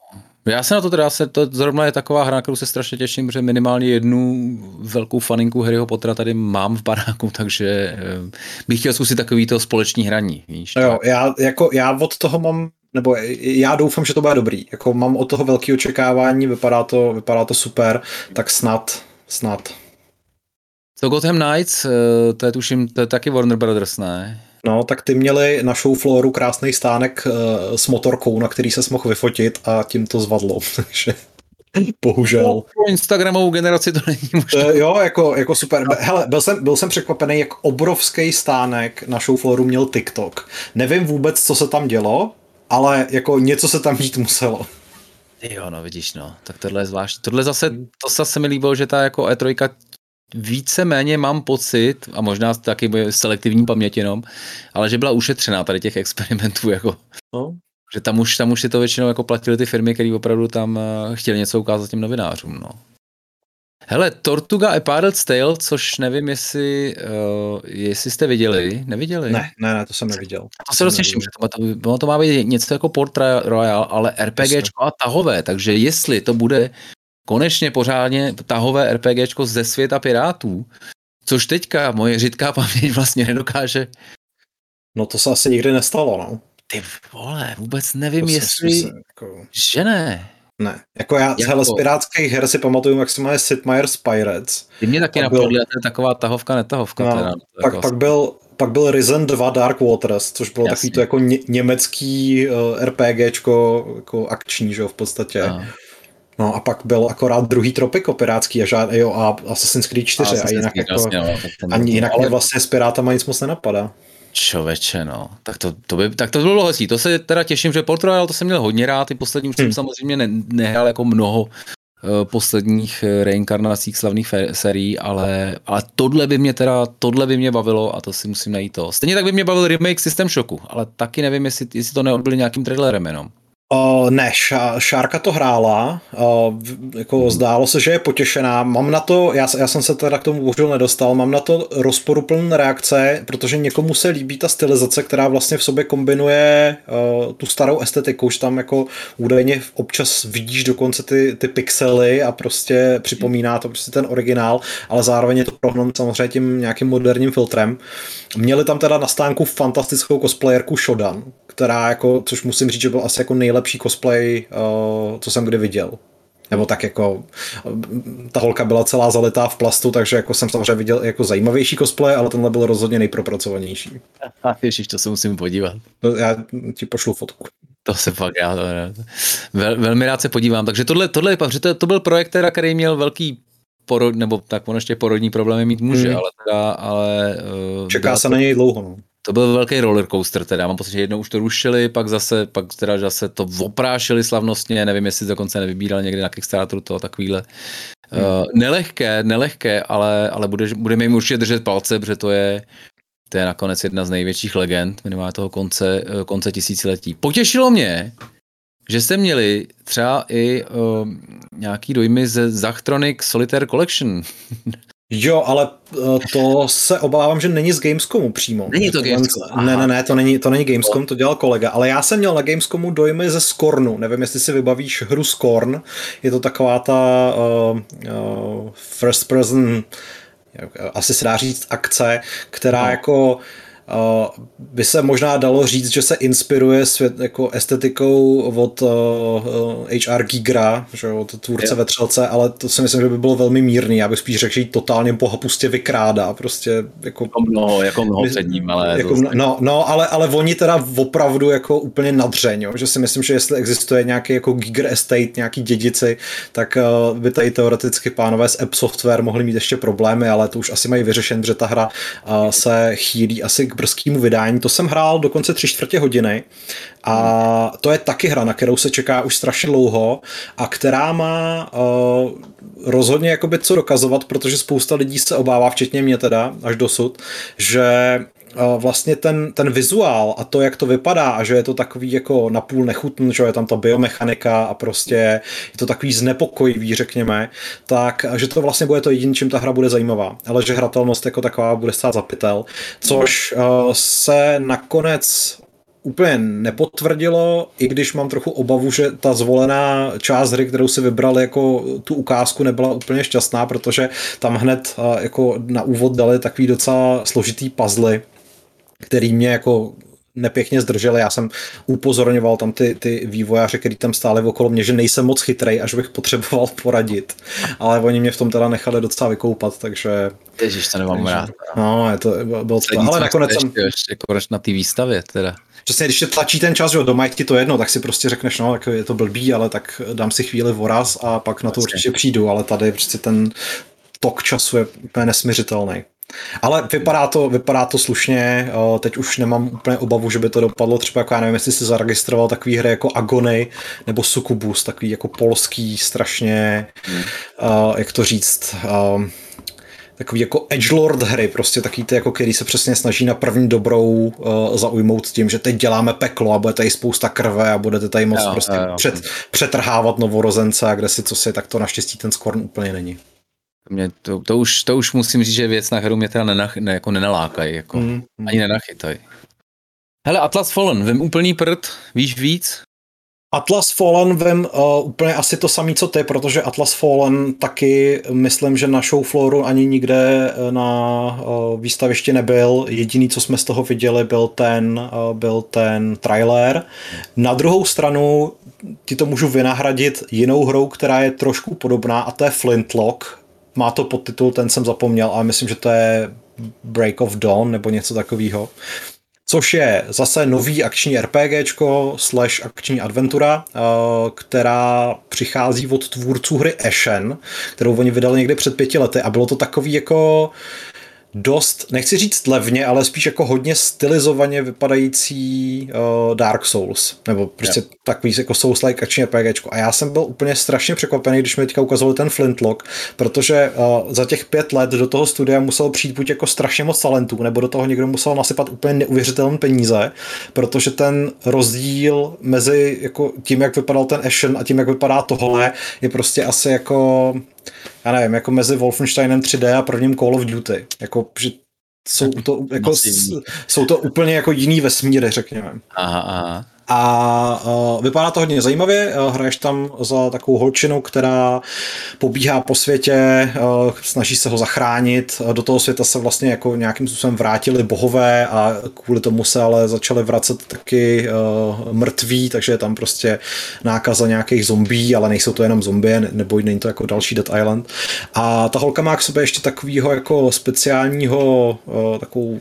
Já se na to teda, to zrovna je taková hra, na kterou se strašně těším, protože minimálně jednu velkou faninku Harryho Pottera tady mám v baráku, takže bych chtěl zkusit takovýto společný hraní, víš. Jo, já od toho mám, nebo já doufám, že to bude dobrý, jako mám od toho velké očekávání, vypadá to super, tak snad. Co Gotham Knights, to je tuším, to je taky Warner Brothers, ne? No, tak ty měli na show flooru krásný stánek s motorkou, na který se mohl vyfotit a tím to zvadlo, takže bohužel. No, pro Instagramovou generaci to není možná. Jo, jako super. Hele, byl jsem překvapený, jak obrovský stánek na show flooru měl TikTok. Nevím vůbec, co se tam dělo, ale jako něco se tam dít muselo. Jo, no vidíš, no. Tak tohle je zvláštní. To zase mi líbilo, že ta jako E3 víceméně mám pocit, a možná taky selektivní paměť jenom, ale že byla ušetřená tady těch experimentů, jako. No. Že tam už si to většinou jako platili ty firmy, které opravdu tam chtěli něco ukázat těm novinářům, no. Hele, Tortuga a Paddle's Tale, což nevím, jestli jste viděli, neviděli? Ne, to jsem neviděl. To se dost těším, že to má být něco jako Port Royal, ale RPGčko a tahové, takže jestli to bude konečně pořádně tahové RPGčko ze světa pirátů, což teďka moje řidká paměť vlastně nedokáže. No to se asi nikdy nestalo, no. Ty vole, vůbec nevím, jestli... Že ne. Ne, jako já z pirátských her si pamatuju, jak se jmenuje Sid Meier's Pirates. Ty mě taky napadly, to je taková tahovka, netahovka. No, teda, pak byl Risen 2 Dark Waters, což bylo takový to jako německý RPGčko, jako akční, že jo, v podstatě. No a pak byl akorát druhý Tropico pirátský a Assassin's Creed 4 a jinak, jinak mě vlastně s pirátama nic moc nenapadá. Čověče, no. Tak to bylo hezký. To se teda těším, že Port Royal to jsem měl hodně rád. Ty poslední už jsem samozřejmě nehrál jako mnoho posledních reinkarnacích slavných sérií, ale tohle by mě bavilo a to si musím najít to. Stejně tak by mě bavil remake System Shocku, ale taky nevím, jestli to neodbyli nějakým trailerem jenom. Ne, Šárka to hrála, jako zdálo se, že je potěšená. Mám na to, já jsem se teda k tomu bohužel nedostal, mám na to rozporuplné reakce, protože někomu se líbí ta stylizace, která vlastně v sobě kombinuje tu starou estetiku, už tam jako údajně občas vidíš dokonce ty pixely a prostě připomíná to prostě ten originál, ale zároveň je to prohnané samozřejmě tím nějakým moderním filtrem. Měli tam teda na stánku fantastickou cosplayerku Shodan, která jako, což musím říct, že byl asi jako nejlepší cosplay, co jsem kdy viděl. Nebo tak jako, ta holka byla celá zalitá v plastu, takže jako jsem samozřejmě viděl jako zajímavější cosplay, ale tenhle byl rozhodně nejpropracovanější. Ježiš, to se musím podívat. Já ti pošlu fotku. To se fakt, já velmi rád se podívám. Takže tohle to byl projekt, který měl velký nebo tak on ještě porodní problémy mít může, ale čeká se na něj dlouho, no. To byl velký rollercoaster teda, mám pocit, že jednou už to rušili, pak zase to oprášili slavnostně, nevím, jestli dokonce nevybírali někdy na Kickstarteru to takovýhle. Nelehké, ale budeme jim určitě držet palce, protože to je nakonec jedna z největších legend, minimálně toho konce tisíciletí. Potěšilo mě, že jste měli třeba i nějaký dojmy ze Zachtronic Solitaire Collection. Jo, ale to se obávám, že není z Gamescomu přímo. Není to Gamescom? Ne, to není Gamescom, to dělal kolega, ale já jsem měl na Gamescomu dojmy ze Scornu. Nevím, jestli si vybavíš hru Scorn. Je to taková ta first person, asi se dá říct akce, která jako by se možná dalo říct, že se inspiruje jako estetikou od H.R. Gigera, že od tvůrce Vetřelce, ale to si myslím, že by bylo velmi mírný. Já bych spíš řekl, že ji totálně bohapustě vykrádá. Prostě jako mnoho před ním, ale... ale oni teda opravdu jako úplně nadřeň, jo? Že si myslím, že jestli existuje nějaký jako Giger Estate, nějaký dědici, tak by tady teoreticky pánové z App Software mohli mít ještě problémy, ale to už asi mají vyřešen, že ta hra se chýlí asi k brzkému vydání. To jsem hrál dokonce 3/4 hodiny a to je taky hra, na kterou se čeká už strašně dlouho a která má rozhodně jakoby co dokazovat, protože spousta lidí se obává, včetně mě teda, až dosud, že vlastně ten vizuál a to, jak to vypadá a že je to takový jako napůl nechutný, že je tam ta biomechanika a prostě je to takový znepokojivý, řekněme, tak, že to vlastně bude to jediné, čím ta hra bude zajímavá, ale že hratelnost jako taková bude stát za pytel, což se nakonec úplně nepotvrdilo, i když mám trochu obavu, že ta zvolená část hry, kterou si vybrali jako tu ukázku, nebyla úplně šťastná, protože tam hned jako na úvod dali takový docela složitý puzzle, který mě jako nepěkně zdrželi. Já jsem upozorňoval tam ty vývojáře, kteří tam stáli okolo mě, že nejsem moc chytrej, až bych potřeboval poradit. Ale oni mě v tom teda nechali docela vykoupat, takže... Ježiš, to nemám rád. No, bylo to... Ale nakonec jsem... Jako na té výstavě teda. Přesně, když tě tlačí ten čas, že doma je ti to jedno, tak si prostě řekneš, no, tak je to blbý, ale tak dám si chvíli voraz a pak na to určitě přijdu, ale tady prostě ten tok času je úplně nesměřitelný. Ale vypadá to slušně, teď už nemám úplně obavu, že by to dopadlo třeba, jako já nevím, jestli jsi zaregistroval takový hry jako Agony nebo Succubus, takový jako polský strašně, jak to říct, takový jako edgelord hry, prostě takový ty, jako který se přesně snaží na první dobrou zaujmout tím, že teď děláme peklo a bude tady spousta krve a budete tady moc přetrhávat novorozence a kde si co si, tak to naštěstí ten Scorn úplně není. Mě to už musím říct, že věc na hru mě teda jako nenalákají, jako ani nenachytají. Hele, Atlas Fallen, vem úplný prd, víš víc? Atlas Fallen vem úplně asi to samý, co ty, protože Atlas Fallen taky myslím, že na show flooru ani nikde na výstavišti nebyl. Jediný, co jsme z toho viděli, byl ten trailer. Na druhou stranu ti to můžu vynahradit jinou hrou, která je trošku podobná, a to je Flintlock. Má to podtitul, ten jsem zapomněl, ale myslím, že to je Break of Dawn nebo něco takového. Což je zase nový akční RPGčko / akční adventura, která přichází od tvůrců hry Ashen, kterou oni vydali někdy před 5 lety a bylo to takový jako dost, nechci říct levně, ale spíš jako hodně stylizovaně vypadající Dark Souls, nebo prostě takový jako Souls-like akční RPGčko. A já jsem byl úplně strašně překvapený, když mi teďka ukazovali ten Flintlock, protože za těch 5 let do toho studia musel přijít buď jako strašně moc talentů, nebo do toho někdo musel nasypat úplně neuvěřitelné peníze, protože ten rozdíl mezi jako tím, jak vypadal ten Ashen a tím, jak vypadá tohle, je prostě asi jako, já nevím, jako mezi Wolfensteinem 3D a prvním Call of Duty. Jako, že jsou to úplně jako jiný vesmíry, řekněme. Aha. A vypadá to hodně zajímavě, hraješ tam za takovou holčinu, která pobíhá po světě, snaží se ho zachránit, do toho světa se vlastně jako nějakým způsobem vrátili bohové a kvůli tomu se ale začali vracet taky mrtví, takže je tam prostě nákaza nějakých zombí, ale nejsou to jenom zombie, neboj, není to jako další Dead Island. A ta holka má k sobě ještě takovýho jako speciálního takovou,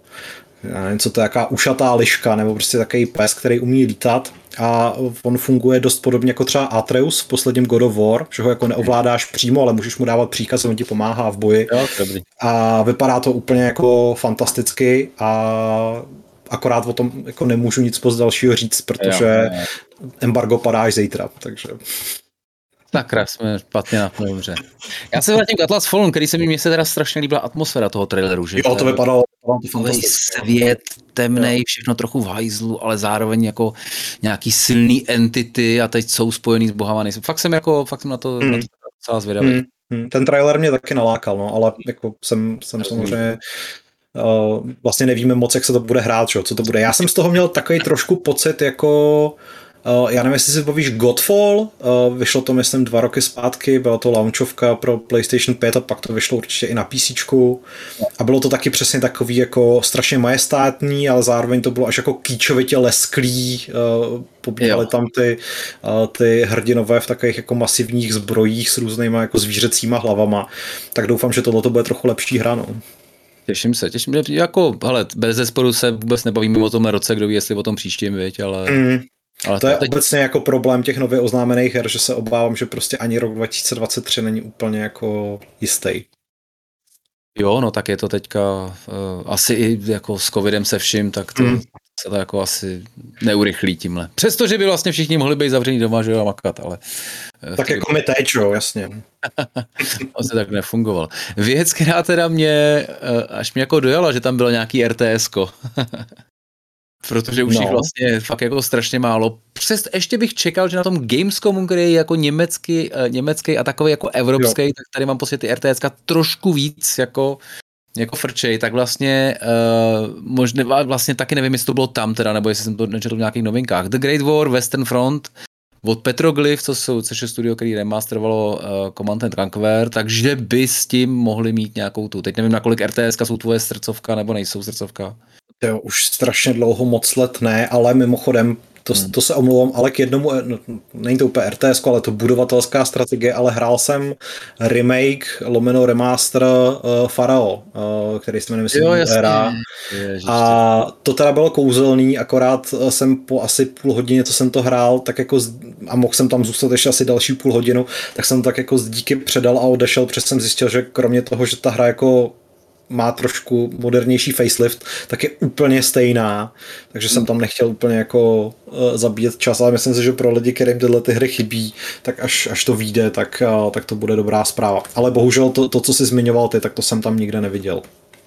já nevím, co to je, jaká ušatá liška, nebo prostě takový pes, který umí lítat, a on funguje dost podobně jako třeba Atreus v posledním God of War, že ho jako neovládáš přímo, ale můžeš mu dávat příkaz, on ti pomáhá v boji. Jo, dobrý. A vypadá to úplně jako fantasticky a akorát o tom jako nemůžu nic moc dalšího říct, protože embargo padá až zítra, takže... Sakra, jsme špatně na tom dobře. Já se vrátím k Atlas Fallen, který se mi se teda strašně líbila atmosféra toho traileru. Že jo, to vypadalo fantasticky. Svět temnej, všechno trochu v hajzlu, ale zároveň jako nějaký silný entity a teď jsou spojený s bohama. Fakt jsem na to docela zvědavý. Ten trailer mě taky nalákal, no, ale jako jsem samozřejmě... vlastně nevíme moc, jak se to bude hrát, co to bude. Já jsem z toho měl takový trošku pocit jako... já nevím, jestli si bavíš Godfall, vyšlo to myslím 2 roky zpátky, byla to launchovka pro PlayStation 5 a pak to vyšlo určitě i na PCčku a bylo to taky přesně takový jako strašně majestátní, ale zároveň to bylo až jako kýčovitě lesklý, pobíhali tam ty hrdinové v takových jako masivních zbrojích s různýma jako zvířecíma hlavama, tak doufám, že tohle to bude trochu lepší hra, no. Těším se, jako, hele, bez zesporu se vůbec nebavíme o tom roce, kdo ví, jestli o tom příštím, viď, ale... Ale to je obecně jako problém těch nově oznámených her, že se obávám, že prostě ani rok 2023 není úplně jako jistý. Jo, no tak je to teďka asi i jako s covidem se vším, tak to se to jako asi neurychlí tímhle. Přestože by vlastně všichni mohli být zavření doma, že jo, a makat, ale... Tak jako my teď, jo, jasně. On se tak nefungoval. Věc, která teda mě, až mě jako dojala, že tam bylo nějaký RTSko. Protože už jich vlastně fakt jako strašně málo. Přes ještě bych čekal, že na tom Gamescomu, který je jako německý a takový jako evropský, tak tady mám pocit ty RTSka trošku víc jako jako frčej, tak vlastně možná vlastně taky nevím, jestli to bylo tam teda, nebo jestli jsem to nečetl v nějakých novinkách. The Great War, Western Front, od Petroglyph, což je studio, který remasterovalo Command & Conquer, takže by s tím mohli mít nějakou tu. Teď nevím, nakolik RTS jsou tvoje srdcovka, nebo nejsou srdcovka. Jo, už strašně dlouho moc let ne, ale mimochodem, to se omlouvám, ale k jednomu, není to úplně RTS, ale to budovatelská strategie, ale hrál jsem remake, remaster Farao, který se jmenuje, myslím, Era. A to teda bylo kouzelný, akorát jsem po asi půl hodině, co jsem to hrál, tak jako a mohl jsem tam zůstat ještě asi další půl hodinu, tak jsem tak jako z díky předal a odešel, protože jsem zjistil, že kromě toho, že ta hra jako má trošku modernější facelift, tak je úplně stejná, takže jsem tam nechtěl úplně jako zabíjet čas, ale myslím si, že pro lidi, kterým tyhle ty hry chybí, tak až to vyjde, tak to bude dobrá zpráva. Ale bohužel to, co jsi zmiňoval ty, tak to jsem tam nikde neviděl.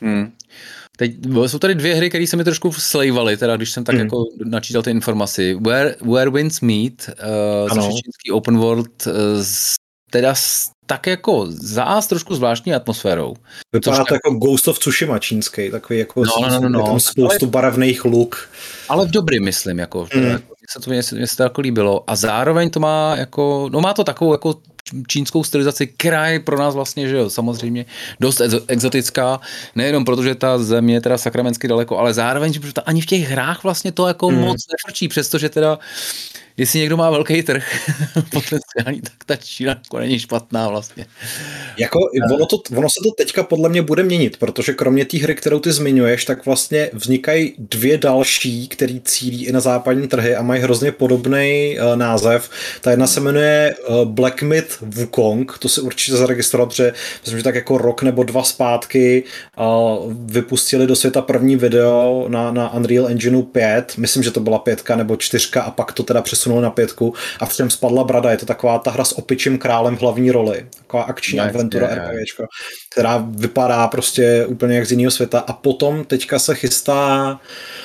Teď jsou tady dvě hry, které se mi trošku slejvaly, teda když jsem tak jako načítal ty informaci. Where Winds Meet, což je čínský open world, teda tak jako trošku zvláštní atmosférou. Vypadá to jako Ghost of Tsushima čínský, takový jako tam spoustu barevných luk. Ale v dobrý, myslím, jako. Mně se to jako líbilo. A zároveň to má jako, má to takovou jako čínskou stylizaci, která je pro nás vlastně, že jo, samozřejmě dost exotická, nejenom protože ta země je teda sakramensky daleko, ale zároveň, že ani v těch hrách vlastně to jako moc nefrčí, přestože teda jestli někdo má velký trh potenciální, tak ta Čína jako není špatná vlastně. Jako ono se to teďka podle mě bude měnit, protože kromě té hry, kterou ty zmiňuješ, tak vlastně vznikají dvě další, které cílí i na západní trhy a mají hrozně podobný název. Ta jedna se jmenuje Black Myth Wukong, to si určitě zaregistroval, protože myslím, že tak jako rok nebo dva zpátky vypustili do světa první video na Unreal Engineu 5, myslím, že to byla 5 nebo 4 a pak to teda přesunuli na 5 a v čem spadla brada. Je to taková ta hra s opičím králem v hlavní roli. Taková akční adventura RPGčko, která vypadá prostě úplně jak z jiného světa. A potom teďka se chystá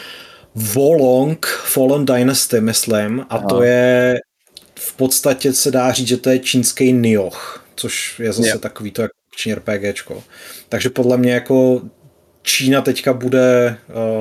Wolong Fallen Dynasty, myslím, a to je v podstatě se dá říct, že to je čínský Nioh, což je zase takový to akční RPGčko. Takže podle mě jako Čína teďka bude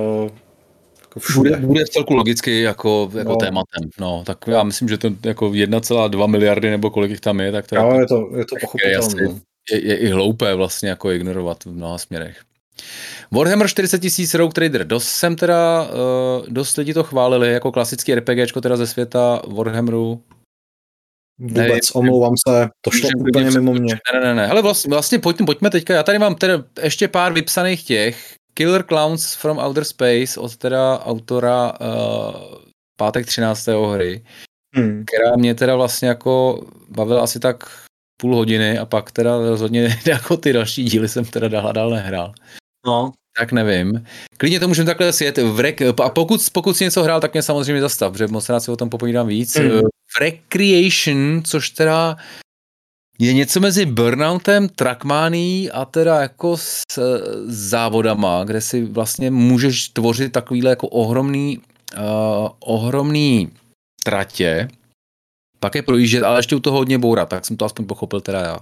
Bude v celku logicky jako tématem. No, tak já myslím, že to jako 1,2 miliardy nebo kolik jich tam je, tak to je to pochopitelné. Je i hloupé vlastně jako ignorovat v mnoha směrech. Warhammer 40 000 Rogue Trader. Dost lidi to chválili jako klasický RPGčko teda ze světa Warhammeru. Vůbec, omlouvám se, to šlo úplně mimo mě. Ne. Hele, vlastně pojďme teďka, já tady mám teda ještě pár vypsaných těch. Killer Clowns from Outer Space od teda autora pátek 13. hry, která mě teda vlastně jako bavila asi tak půl hodiny a pak teda rozhodně jako ty další díly jsem teda dál nehrál. No. Tak nevím. Klidně to můžeme takhle sjet. A pokud si něco hrál, tak mě samozřejmě zastav, protože moc rád si o tom popovídám víc. V Recreation, což teda je něco mezi Burnoutem, Trackmanií a teda jako s závodama, kde si vlastně můžeš tvořit takovýhle jako ohromný tratě, pak je projíždět, ale ještě u toho hodně bourat, tak jsem to aspoň pochopil teda já.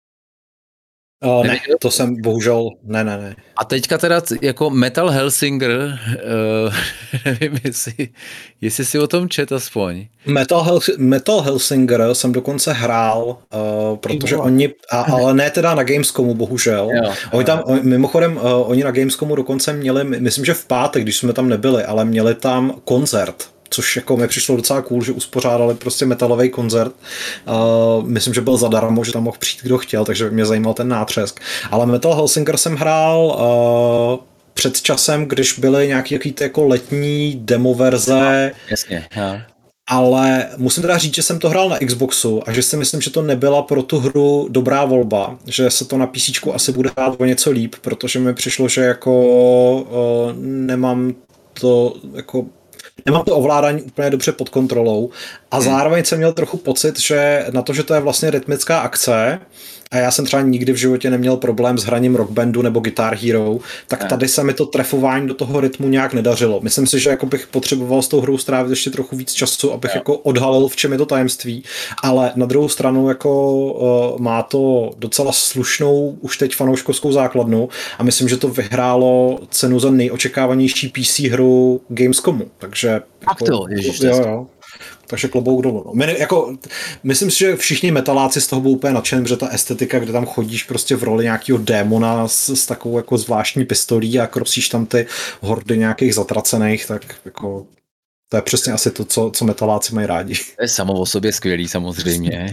Ne, to jsem bohužel, ne. A teďka teda jako Metal Hellsinger, nevím, jestli si o tom čet aspoň. Metal Hellsinger jsem dokonce hrál, protože ale ne teda na Gamescomu, bohužel. Mimochodem, oni na Gamescomu dokonce měli, myslím, že v pátek, když jsme tam nebyli, ale měli tam koncert, což jako mi přišlo docela cool, že uspořádali prostě metalový koncert. Myslím, že byl zadarmo, že tam mohl přijít kdo chtěl, takže mě zajímal ten nátřesk. Ale Metal Hellsinger jsem hrál před časem, když byly nějaké jako letní demoverze. Jasně. Ale musím teda říct, že jsem to hrál na Xboxu a že si myslím, že to nebyla pro tu hru dobrá volba, že se to na PCčku asi bude hrát o něco líp, protože mi přišlo, že jako nemám to ovládání úplně dobře pod kontrolou A zároveň jsem měl trochu pocit, že na to, že to je vlastně rytmická akce, a já jsem třeba nikdy v životě neměl problém s hraním Rock Bandu nebo Guitar Hero, tak tady se mi to trefování do toho rytmu nějak nedařilo. Myslím si, že jako bych potřeboval s tou hrou strávit ještě trochu víc času, abych jako odhalil, v čem je to tajemství, ale na druhou stranu jako má to docela slušnou už teď fanouškovskou základnu a myslím, že to vyhrálo cenu za nejočekávanější PC hru Gamescomu, takže jako, jo. Takže klobouk dolů. No. Myslím si, že všichni metaláci z toho budou úplně nadšen, protože ta estetika, kde tam chodíš prostě v roli nějakého démona s takovou jako zvláštní pistolí a krosíš tam ty hordy nějakých zatracených, tak jako to je přesně asi to, co metaláci mají rádi. To je samo o sobě skvělý samozřejmě.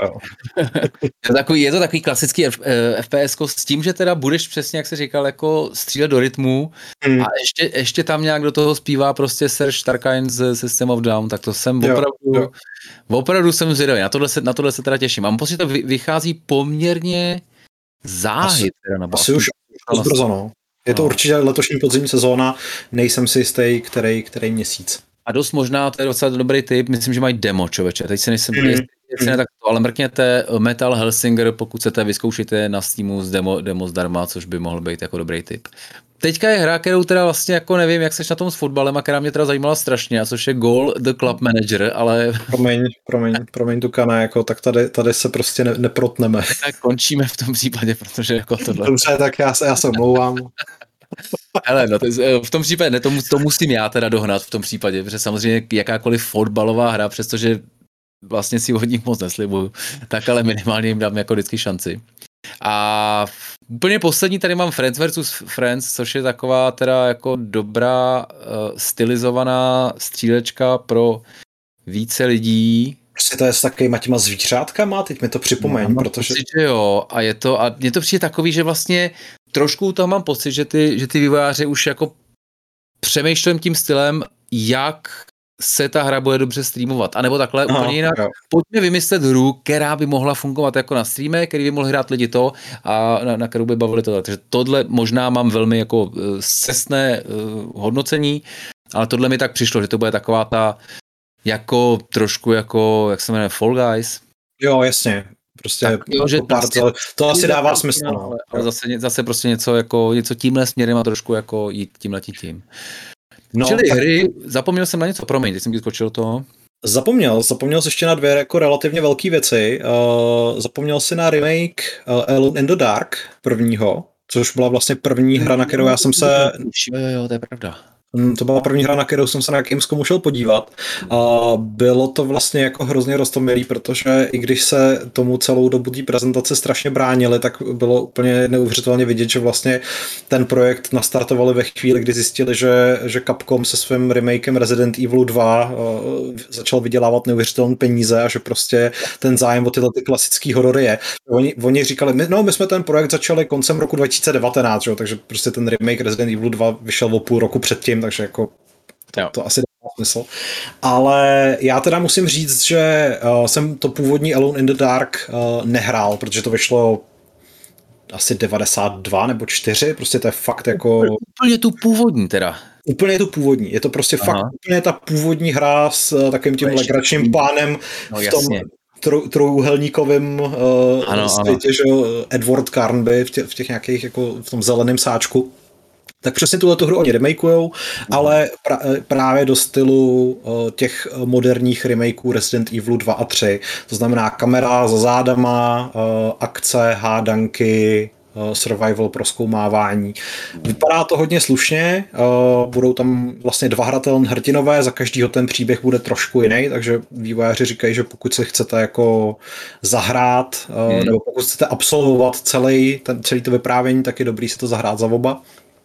Je to takový klasický FPS s tím, že teda budeš přesně, jak se říkal, jako střílet do rytmu a ještě tam nějak do toho zpívá prostě Serge Tarkine z System of Down, tak to jsem opravdu jsem zvědavý. Na tohle se teda těším. Mám pocit, že to vychází poměrně záhy. Asi už brzo, no. Je to určitě letošní podzimní sezóna, nejsem si jistý, který měsíc. A dost možná, to je docela dobrý tip, myslím, že mají demo, člověče. Teď se nejsem ale mrkněte Metal Hellsinger, pokud chcete, vyzkoušíte na Steamu z demo zdarma, což by mohl být jako dobrý tip. Teďka je hra, kterou teda vlastně jako nevím, jak seš na tom s fotbalem a která mě teda zajímala strašně, a což je Goal the Club Manager, ale... Promiň Tukane, jako tak tady se prostě neprotneme. Tak končíme v tom případě, protože jako tohle... Dobře, tak já se omlouvám. Hele, no, v tom případě ne, to musím já teda dohnat v tom případě, protože samozřejmě jakákoliv fotbalová hra, přestože vlastně si od nich moc neslibuju, tak ale minimálně jim dám jako vždycky šanci. A úplně poslední tady mám Friends vs. Friends, což je taková teda jako dobrá stylizovaná střílečka pro více lidí. Prostě to je s takovýma těma zvířátkama, teď mi to připomeň, protože... Pocit, že jo, a mně to přijde takový, že vlastně trošku tam mám pocit, že ty vývojáři už jako přemýšlím tím stylem, jak se ta hra bude dobře streamovat. A nebo takhle úplně jinak. Pojďme vymyslet hru, která by mohla fungovat jako na streame, který by mohli hrát lidi to a na kterou by bavili to. Takže tohle možná mám velmi jako scestné hodnocení, ale tohle mi tak přišlo, že to bude taková ta jako trošku jako, jak se jmenuje, Fall Guys. Jo, jasně. Prostě tak, jo, že to asi dává smysl. No. Ale zase prostě něco tímhle směrem a trošku jako jít tím. No, čili tak... hry, zapomněl jsem na něco, promiň, teď jsem ti skočil to. Zapomněl jsi ještě na dvě jako relativně velké věci. Zapomněl jsi na remake Alone in the Dark prvního, což byla vlastně první hra, na kterou já jsem se... Jo, to je pravda. To byla první hra, na kterou jsem se na Gamescomu šel podívat. Bylo to vlastně jako hrozně roztomilý, protože i když se tomu celou dobu té prezentace strašně bránili, tak bylo úplně neuvěřitelně vidět, že vlastně ten projekt nastartovali ve chvíli, kdy zjistili, že Capcom se svým remakem Resident Evil 2 začal vydělávat neuvěřitelné peníze a že prostě ten zájem o tyhle ty klasický horory je. Oni říkali, my jsme ten projekt začali koncem roku 2019, že? Takže prostě ten remake Resident Evil 2 vyšel o půl roku předtím, takže jako to asi dává smysl. Ale já teda musím říct, že jsem to původní Alone in the Dark nehrál, protože to vyšlo asi 92 nebo 4, prostě to je fakt jako... Úplně tu původní teda. Úplně tu původní, je to prostě fakt úplně ta původní hra s takovým tím legračním pánem v tom trojuhelníkovým světě, že Edward Carnby v těch nějakých jako v tom zeleném sáčku. Tak přesně tuhletu hru oni remakujou, ale právě do stylu těch moderních remakeů Resident Evil 2 a 3. To znamená kamera za zádama, akce, hádanky, survival, prozkoumávání. Vypadá to hodně slušně, budou tam vlastně 2 hratelné hrdinové, za každýho ten příběh bude trošku jiný, takže vývojáři říkají, že pokud si chcete jako zahrát, nebo pokud chcete absolvovat celý to vyprávění, tak je dobrý si to zahrát za oba.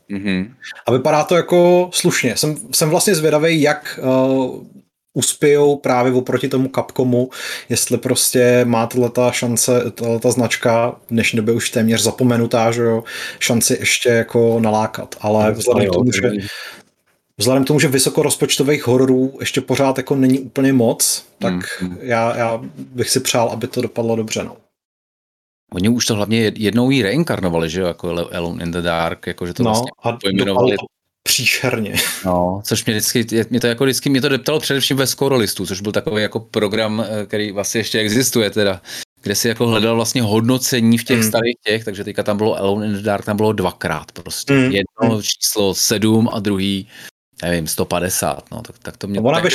A vypadá to jako slušně. Jsem vlastně zvědavý, jak uspějou právě oproti tomu Capcomu, jestli prostě má tato značka, v dnešní době už téměř zapomenutá, že jo, šanci ještě jako nalákat. Ale vzhledem k tomu, že vysokorozpočtových hororů ještě pořád jako není úplně moc, tak já bych si přál, aby to dopadlo dobře. No. Oni už to hlavně jednou jí reinkarnovali, že jo, jako Alone in the Dark, jakože to vlastně pojmenovali příšerně. No, což mě to deptalo především ve Scorelistu, což byl takový jako program, který vlastně ještě existuje teda, kde si jako hledal vlastně hodnocení v těch starých těch, takže teďka tam bylo Alone in the Dark, tam bylo dvakrát prostě. Jedno číslo 7 a druhý, nevím, 150, no, tak to mě...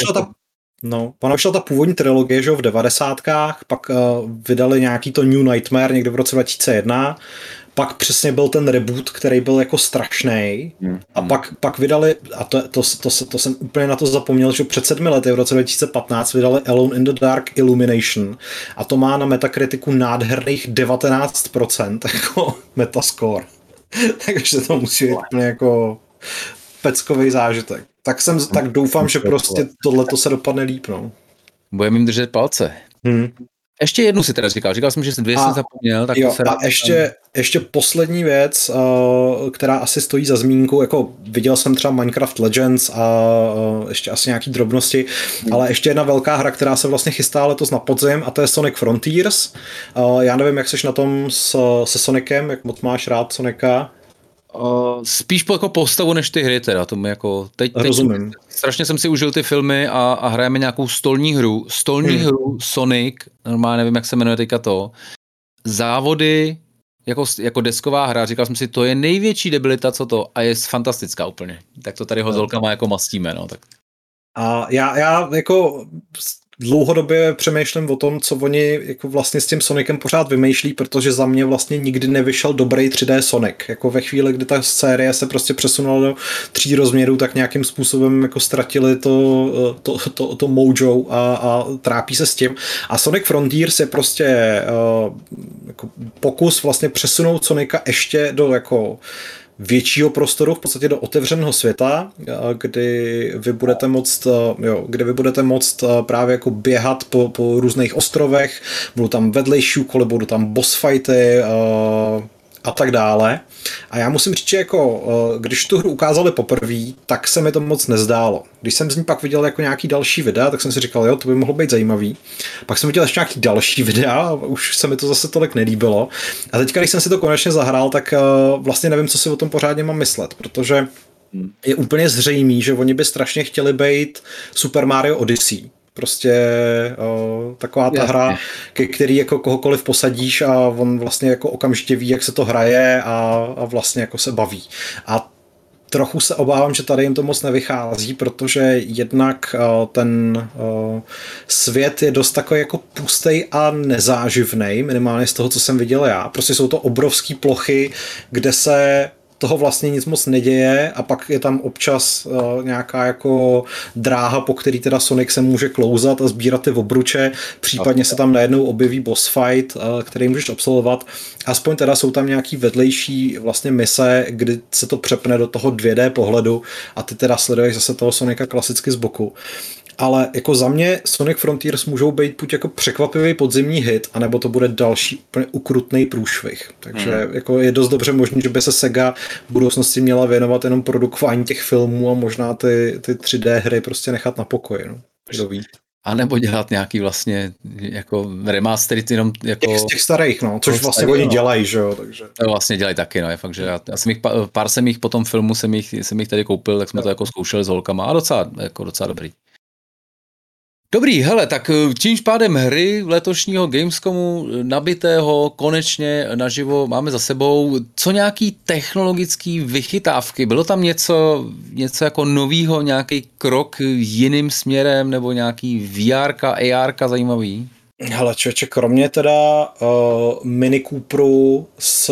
Ona vyšla ta původní trilogie, že jo, v 90kách, pak vydali nějaký to New Nightmare někde v roce 2001, pak přesně byl ten reboot, který byl jako strašný. A pak vydali, a to jsem úplně na to zapomněl, že před 7 lety v roce 2015 vydali Alone in the Dark Illumination a to má na Metacriticu nádherných 19% jako metascore. Takže to musí být úplně jako peckový zážitek. Tak doufám, že prostě tohleto se dopadne líp, no. Budeme jim držet palce. Ještě jednu si teda říkal jsem, že jsem dvě jsem zapomněl. Tak jo, a ještě poslední věc, která asi stojí za zmínku, jako viděl jsem třeba Minecraft Legends a ještě asi nějaký drobnosti, ale ještě jedna velká hra, která se vlastně chystá letos na podzim a to je Sonic Frontiers. Já nevím, jak seš na tom se Sonicem, jak moc máš rád Sonika? Spíš jako postavu než ty hry teda, to mi jako teď strašně jsem si užil ty filmy a hrajeme nějakou stolní hru Sonic, normálně nevím, jak se jmenuje teďka to, závody jako desková hra, říkal jsem si, to je největší debilita, co to, a je fantastická úplně, tak to tady hodolkama jako mastíme, no, tak. A já jako dlouhodobě přemýšlím o tom, co oni jako vlastně s tím Sonicem pořád vymýšlí, protože za mě vlastně nikdy nevyšel dobrý 3D Sonic. Jako ve chvíli, kdy ta série se prostě přesunula do 3 rozměrů, tak nějakým způsobem jako ztratili to mojo a trápí se s tím. A Sonic Frontiers je prostě jako pokus vlastně přesunout Sonica ještě do jako většího prostoru, v podstatě do otevřeného světa, kdy vy budete moct právě jako běhat po různých ostrovech, budou tam vedlejší úkoly, budou tam boss fighty a tak dále. A já musím říct, že jako, když tu hru ukázali poprvé, tak se mi to moc nezdálo. Když jsem z ní pak viděl jako nějaký další videa, tak jsem si říkal, jo, to by mohlo být zajímavý. Pak jsem viděl ještě nějaký další videa a už se mi to zase tolik nelíbilo. A teďka, když jsem si to konečně zahrál, tak vlastně nevím, co si o tom pořádně mám myslet, protože je úplně zřejmý, že oni by strašně chtěli být Super Mario Odyssey. Prostě taková ta hra, ke který jako kohokoliv posadíš a on vlastně jako okamžitě ví, jak se to hraje a vlastně jako se baví. A trochu se obávám, že tady jim to moc nevychází, protože jednak ten svět je dost takový jako pustej a nezáživnej, minimálně z toho, co jsem viděl já. Prostě jsou to obrovské plochy, kde se toho vlastně nic moc neděje a pak je tam občas nějaká jako dráha, po který teda Sonic se může klouzat a sbírat ty obruče, případně se tam najednou objeví boss fight, který můžeš absolvovat. Aspoň teda jsou tam nějaký vedlejší vlastně mise, kdy se to přepne do toho 2D pohledu a ty teda sleduješ zase toho Sonika klasicky z boku. Ale jako za mě Sonic Frontiers můžou být buď jako překvapivý podzimní hit, anebo to bude další úplně ukrutný průšvih. Takže jako je dost dobře možné, že by se Sega v budoucnosti měla věnovat jenom produkování těch filmů a možná ty 3D hry prostě nechat na pokoji. No. Kdo ví. A nebo dělat nějaký vlastně jako remastery jenom jako... Těch starých, no, což vlastně oni dělají, že jo, takže... To vlastně dělají taky, no, je fakt, že já jsem jich, pár jsem jich po tom filmu jsem jich tady koupil, tak jsme to jako zkoušeli s holkama a docela dobrý. Dobrý, hele, tak čímž pádem hry letošního Gamescomu nabitého konečně naživo máme za sebou. Co nějaký technologický vychytávky? Bylo tam něco jako novýho, nějaký krok jiným směrem nebo nějaký VRka, ARka zajímavý? Hele, člověče, kromě teda Mini Cooperu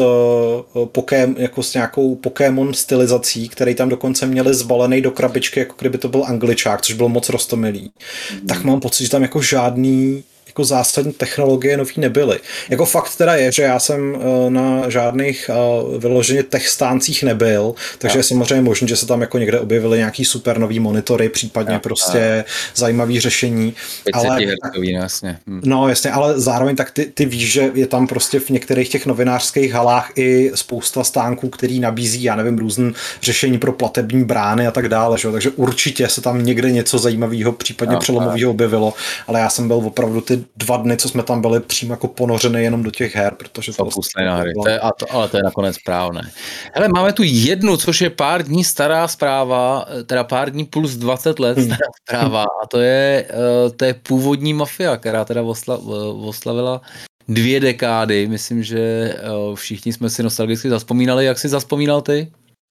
jako s nějakou Pokémon stylizací, který tam dokonce měli zbalený do krabičky, jako kdyby to byl angličák, což bylo moc roztomilý, tak mám pocit, že tam jako žádný jako zásadní technologie nový nebyly. Jako fakt teda je, že já jsem na žádných vyloženě tech stáncích nebyl, takže je samozřejmě možné, že se tam jako někde objevily nějaký super nový monitory, případně prostě zajímavý řešení. Ale jasně. No jasně, ale zároveň tak ty víš, že je tam prostě v některých těch novinářských halách i spousta stánků, který nabízí, já nevím, různé řešení pro platební brány a tak dále, že? Takže určitě se tam někde něco zajímavého, případně přelomového objevilo, ale já jsem byl opravdu ty ty 2 dny, co jsme tam byli, přímo jako ponořený jenom do těch her, protože to pustili na hry. Ale to je nakonec správné. Hele, máme tu jednu, což je pár dní stará zpráva, teda pár dní plus 20 let stará zpráva, a to je původní Mafia, která teda oslavila 2 dekády. Myslím, že všichni jsme si nostalgicky zazpomínali. Jak jsi zazpomínal ty?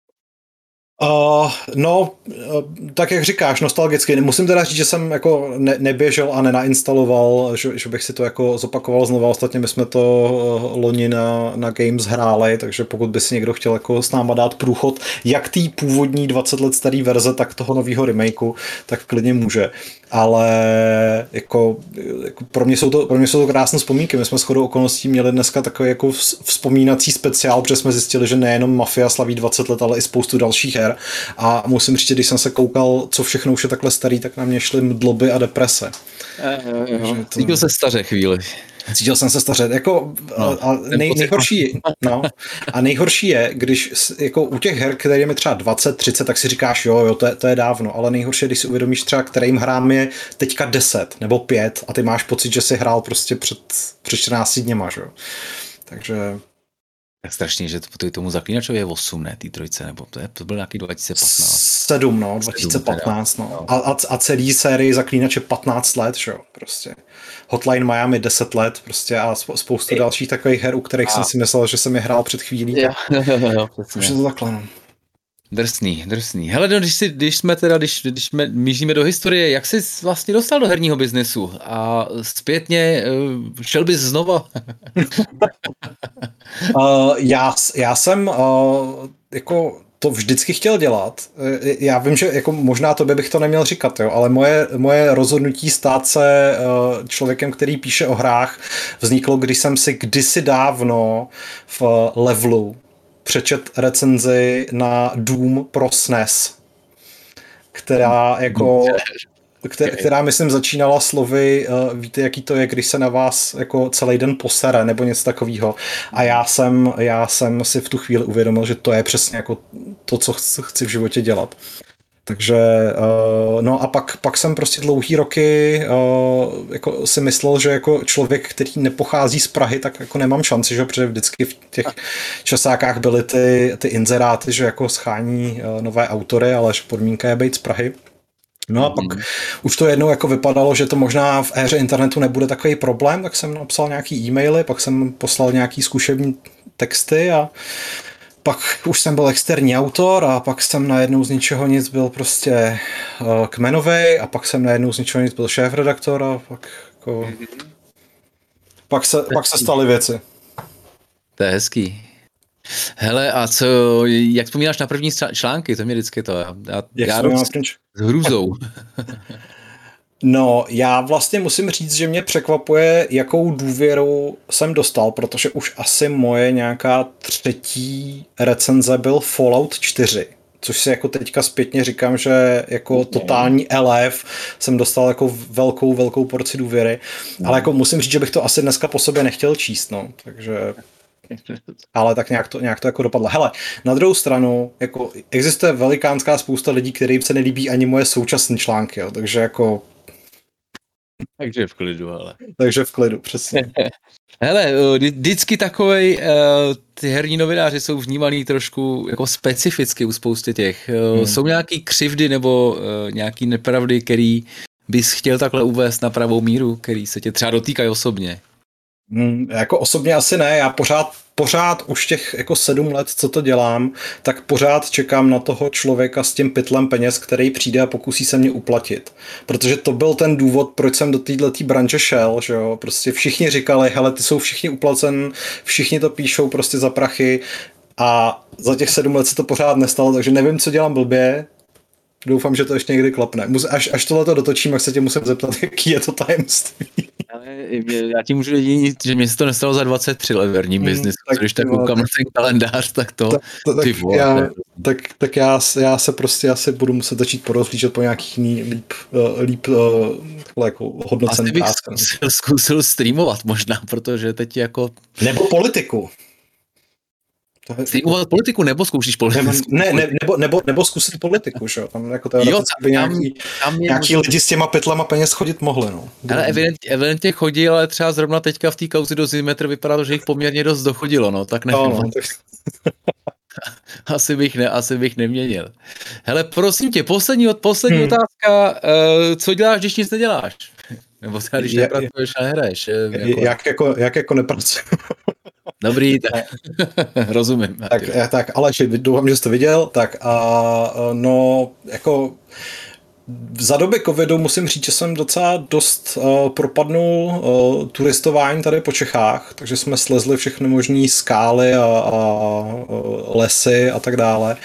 Tak jak říkáš, nostalgicky. Musím teda říct, že jsem jako neběžel a nenainstaloval, že bych si to jako zopakoval znova. Ostatně my jsme to loni na Games hráli, takže pokud by si někdo chtěl jako s náma dát průchod jak tý původní 20 let starý verze, tak toho nového remakeu, tak klidně může. Ale jako pro mě jsou to krásné vzpomínky. My jsme shodou okolností měli dneska takový jako vzpomínací speciál, protože jsme zjistili, že nejenom Mafia slaví 20 let, ale i spoustu dalších her. A musím říct, když jsem se koukal, co všechno už je takhle starý, tak na mě šly mdloby a deprese. Cítil se staře chvíli. Cítil jsem se stařet. Jako, nejhorší je, když jako u těch her, které je mi třeba 20, 30, tak si říkáš, jo, to je dávno, ale nejhorší je, když si uvědomíš třeba, kterým hrám je teďka 10 nebo 5 a ty máš pocit, že jsi hrál prostě před 14 dněma, že jo. Takže... Tak strašně, že to tomu Zaklínačovi je 8, ne, tý trojce, nebo to byl nějaký 2015. 7, 2015, no. A celý sérii Zaklínače 15 let, že jo, prostě. Hotline Miami 10 let, prostě a spoustu dalších takových her, u kterých jsem si myslel, že jsem je hrál před chvílí. Už je to takhle, no. Drsný. Hele, no, když jsme míříme do historie, jak jsi vlastně dostal do herního biznesu a zpětně šel bys znova? Já jsem jako to vždycky chtěl dělat. Já vím, že jako možná tobě bych to neměl říkat, jo, ale moje rozhodnutí stát se člověkem, který píše o hrách, vzniklo, když jsem si kdysi dávno v Levelu přečet recenzi na Doom pro SNES, která jako... která myslím začínala slovy, víte, jaký to je, když se na vás jako celý den posere, nebo něco takového. A já jsem si v tu chvíli uvědomil, že to je přesně jako to, co chci v životě dělat. Takže, no a pak jsem prostě dlouhý roky jako si myslel, že jako člověk, který nepochází z Prahy, tak jako nemám šanci, že protože vždycky v těch časákách byly ty inzeráty, že jako schání nové autory, ale že podmínka je být z Prahy. No a pak už to jednou jako vypadalo, že to možná v éře internetu nebude takový problém, tak jsem napsal nějaký e-maily, pak jsem poslal nějaký zkušební texty a pak už jsem byl externí autor a pak jsem najednou z ničeho nic byl prostě kmenovej a pak jsem najednou z ničeho nic byl šéfredaktor a pak jako... Pak se staly věci. To je hezký. Hele, a jak vzpomínáš na první články? To mě vždycky to. Já s hrůzou. No, já vlastně musím říct, že mě překvapuje, jakou důvěru jsem dostal, protože už asi moje nějaká 3. recenze byl Fallout 4, což si jako teďka zpětně říkám, že jako totální LF jsem dostal jako velkou porci důvěry, ale jako musím říct, že bych to asi dneska po sobě nechtěl číst, no, takže... Ale tak nějak to jako dopadlo. Hele, na druhou stranu, jako existuje velikánská spousta lidí, kterým se nelíbí ani moje současné články, jo, takže jako... Takže v klidu, ale. Takže v klidu, přesně. Hele, vždycky takovej, ty herní novináři jsou vnímaný trošku jako specificky u spousty těch. Jsou nějaký křivdy nebo nějaký nepravdy, který bys chtěl takhle uvést na pravou míru, který se tě třeba dotýkají osobně? Jako osobně asi ne, já pořád už těch jako 7 let, co to dělám, tak pořád čekám na toho člověka s tím pytlem peněz, který přijde a pokusí se mě uplatit. Protože to byl ten důvod, proč jsem do této branže šel, že jo, prostě všichni říkali, hele, ty jsou všichni uplacen, všichni to píšou prostě za prachy a za těch 7 let se to pořád nestalo, takže nevím, co dělám blbě. Doufám, že to ještě někdy klapne. Až tohleto dotočím, tak se tě musím zeptat, jaký je to tajemství. Já ti můžu říct, že mě se to nestalo za 23 let v herním biznesu. Když tak koukám na ten kalendář, tak to... Tak já se prostě asi budu muset začít porozlížet po nějakých líp jako hodnocený táskách. Asi bych zkusil streamovat možná, protože teď jako... Nebo politiku. Streamovat politiku nebo zkoušíš politiku? Nebo zkusit politiku, že jo? Tam jako teoreticky by nějaký lidi s těma pytlema peněz chodit mohli, no. Ale evidentně chodí, ale třeba zrovna teďka v té kauzi do Zimetr vypadá to, že jich poměrně dost dochodilo, no, tak nevím. No, tak... asi bych neměnil. Hele, prosím tě, poslední otázka, co děláš, když nic neděláš? Nebo třeba, když nepracuješ a nehraješ? Jak jako nepracuji? Dobrý, tak rozumím. Tak Aleši, doufám, že jste viděl, tak no, jako za doby covidu musím říct, že jsem docela dost propadnul turistování tady po Čechách, takže jsme slezli všechny možný skály a lesy a tak dále.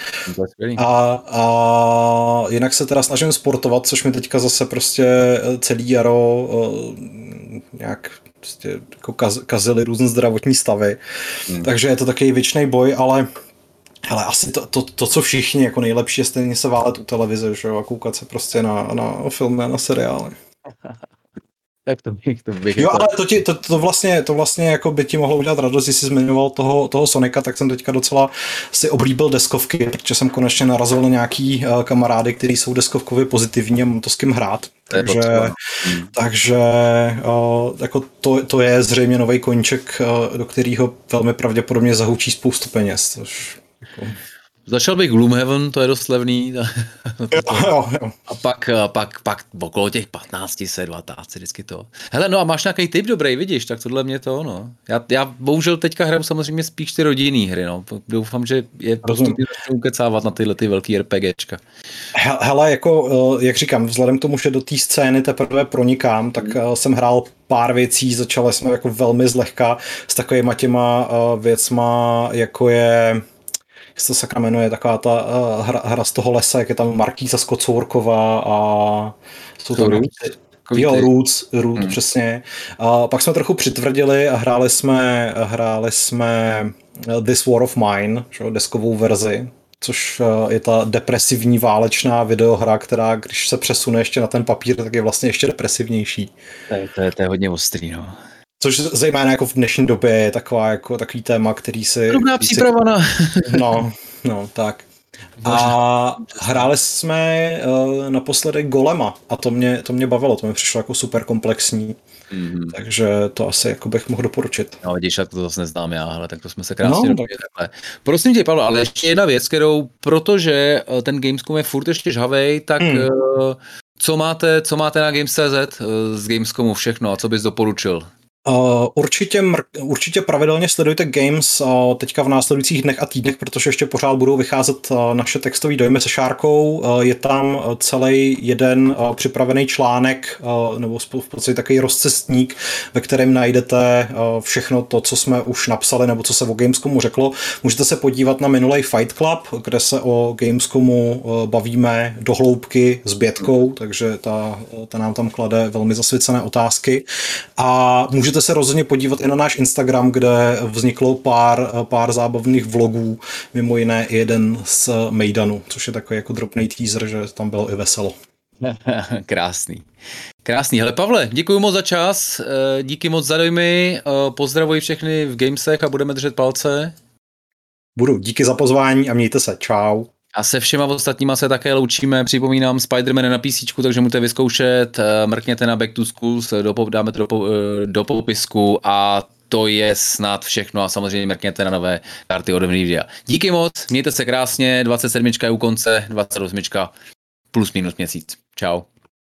A jinak se teda snažím sportovat, což mi teďka zase prostě celý jaro nějak prostě jako kazily různé zdravotní stavy. Takže je to takový věčný boj, ale asi to, co všichni, jako nejlepší je stejně se válet u televize, že jo, a koukat se prostě na filmy a na seriály. Tak to bych jo, ale to vlastně jako by ti mohlo udělat radost, když jsi zmiňoval toho Sonika, tak jsem teďka docela si oblíbil deskovky, protože jsem konečně narazil na nějaký kamarády, kteří jsou deskovkově pozitivní a mám to s kým hrát. Takže jako to je zřejmě nový koníček, do kterého velmi pravděpodobně zahučí spoustu peněz. Což, jako... Začal bych Gloomhaven, to je dost levný. Jo. A pak okolo těch 15 se 20 vždycky to. Hele, no a máš nějaký tip dobrý, vidíš, tak tohle mě to, no. Já bohužel teďka hraju samozřejmě spíš ty rodinný hry, no. Doufám, že je postupně ukecávat na tyhle ty velký RPGčka. Hele, jako, jak říkám, vzhledem k tomu, že do té scény teprve pronikám, tak jsem hrál pár věcí, začali jsme jako velmi zlehka s takovýma těma věcma, jako je... Jak se to sakra jmenuje, taková ta hra z toho lesa, jak je tam Markýza z Kocourkova a jsou tam Roots, přesně. A pak jsme trochu přitvrdili a hráli jsme This War of Mine, deskovou verzi, což je ta depresivní válečná videohra, která, když se přesune ještě na ten papír, tak je vlastně ještě depresivnější. To je hodně ostrý, no. Což zejména jako v dnešní době je takový téma, který si... Dobrá příprava na... No, tak. A hráli jsme naposledy Golema a to mě bavilo, to mi přišlo jako super komplexní. Takže to asi jako bych mohl doporučit. No vidíš, jak to zase neznám já, ale tak to jsme se krásně dobili takhle. Prosím tě, Pavlo, ale ještě jedna věc, protože ten Gamescom je furt ještě žhavej, tak co máte na Games.cz z Gamescomu všechno a co bys doporučil? Určitě pravidelně sledujte Games teďka v následujících dnech a týdnech, protože ještě pořád budou vycházet naše textové dojmy se Šárkou. Je tam celý jeden připravený článek, nebo v podstatě takový rozcestník, ve kterém najdete všechno to, co jsme už napsali, nebo co se o Gamescomu řeklo. Můžete se podívat na minulý Fight Club, kde se o Gamescomu bavíme do hloubky s Bětkou, takže ta nám tam klade velmi zasvěcené otázky. A můžete se rozhodně podívat i na náš Instagram, kde vzniklo pár zábavných vlogů, mimo jiné i jeden z Mejdanu, což je takový jako drobný teaser, že tam bylo i veselo. Krásný. Hele Pavle, děkuji moc za čas, díky moc za dojmy, pozdravuji všechny v Gamesech a budeme držet palce. Budu, díky za pozvání a mějte se, čau. A se všema ostatníma se také loučíme, připomínám Spider-Man na PC, takže můžete vyzkoušet, mrkněte na Back to Schools, dáme to do popisku a to je snad všechno a samozřejmě mrkněte na nové karty od Nvidia. Díky moc, mějte se krásně, 27 je u konce, 28 plus minus měsíc. Čau.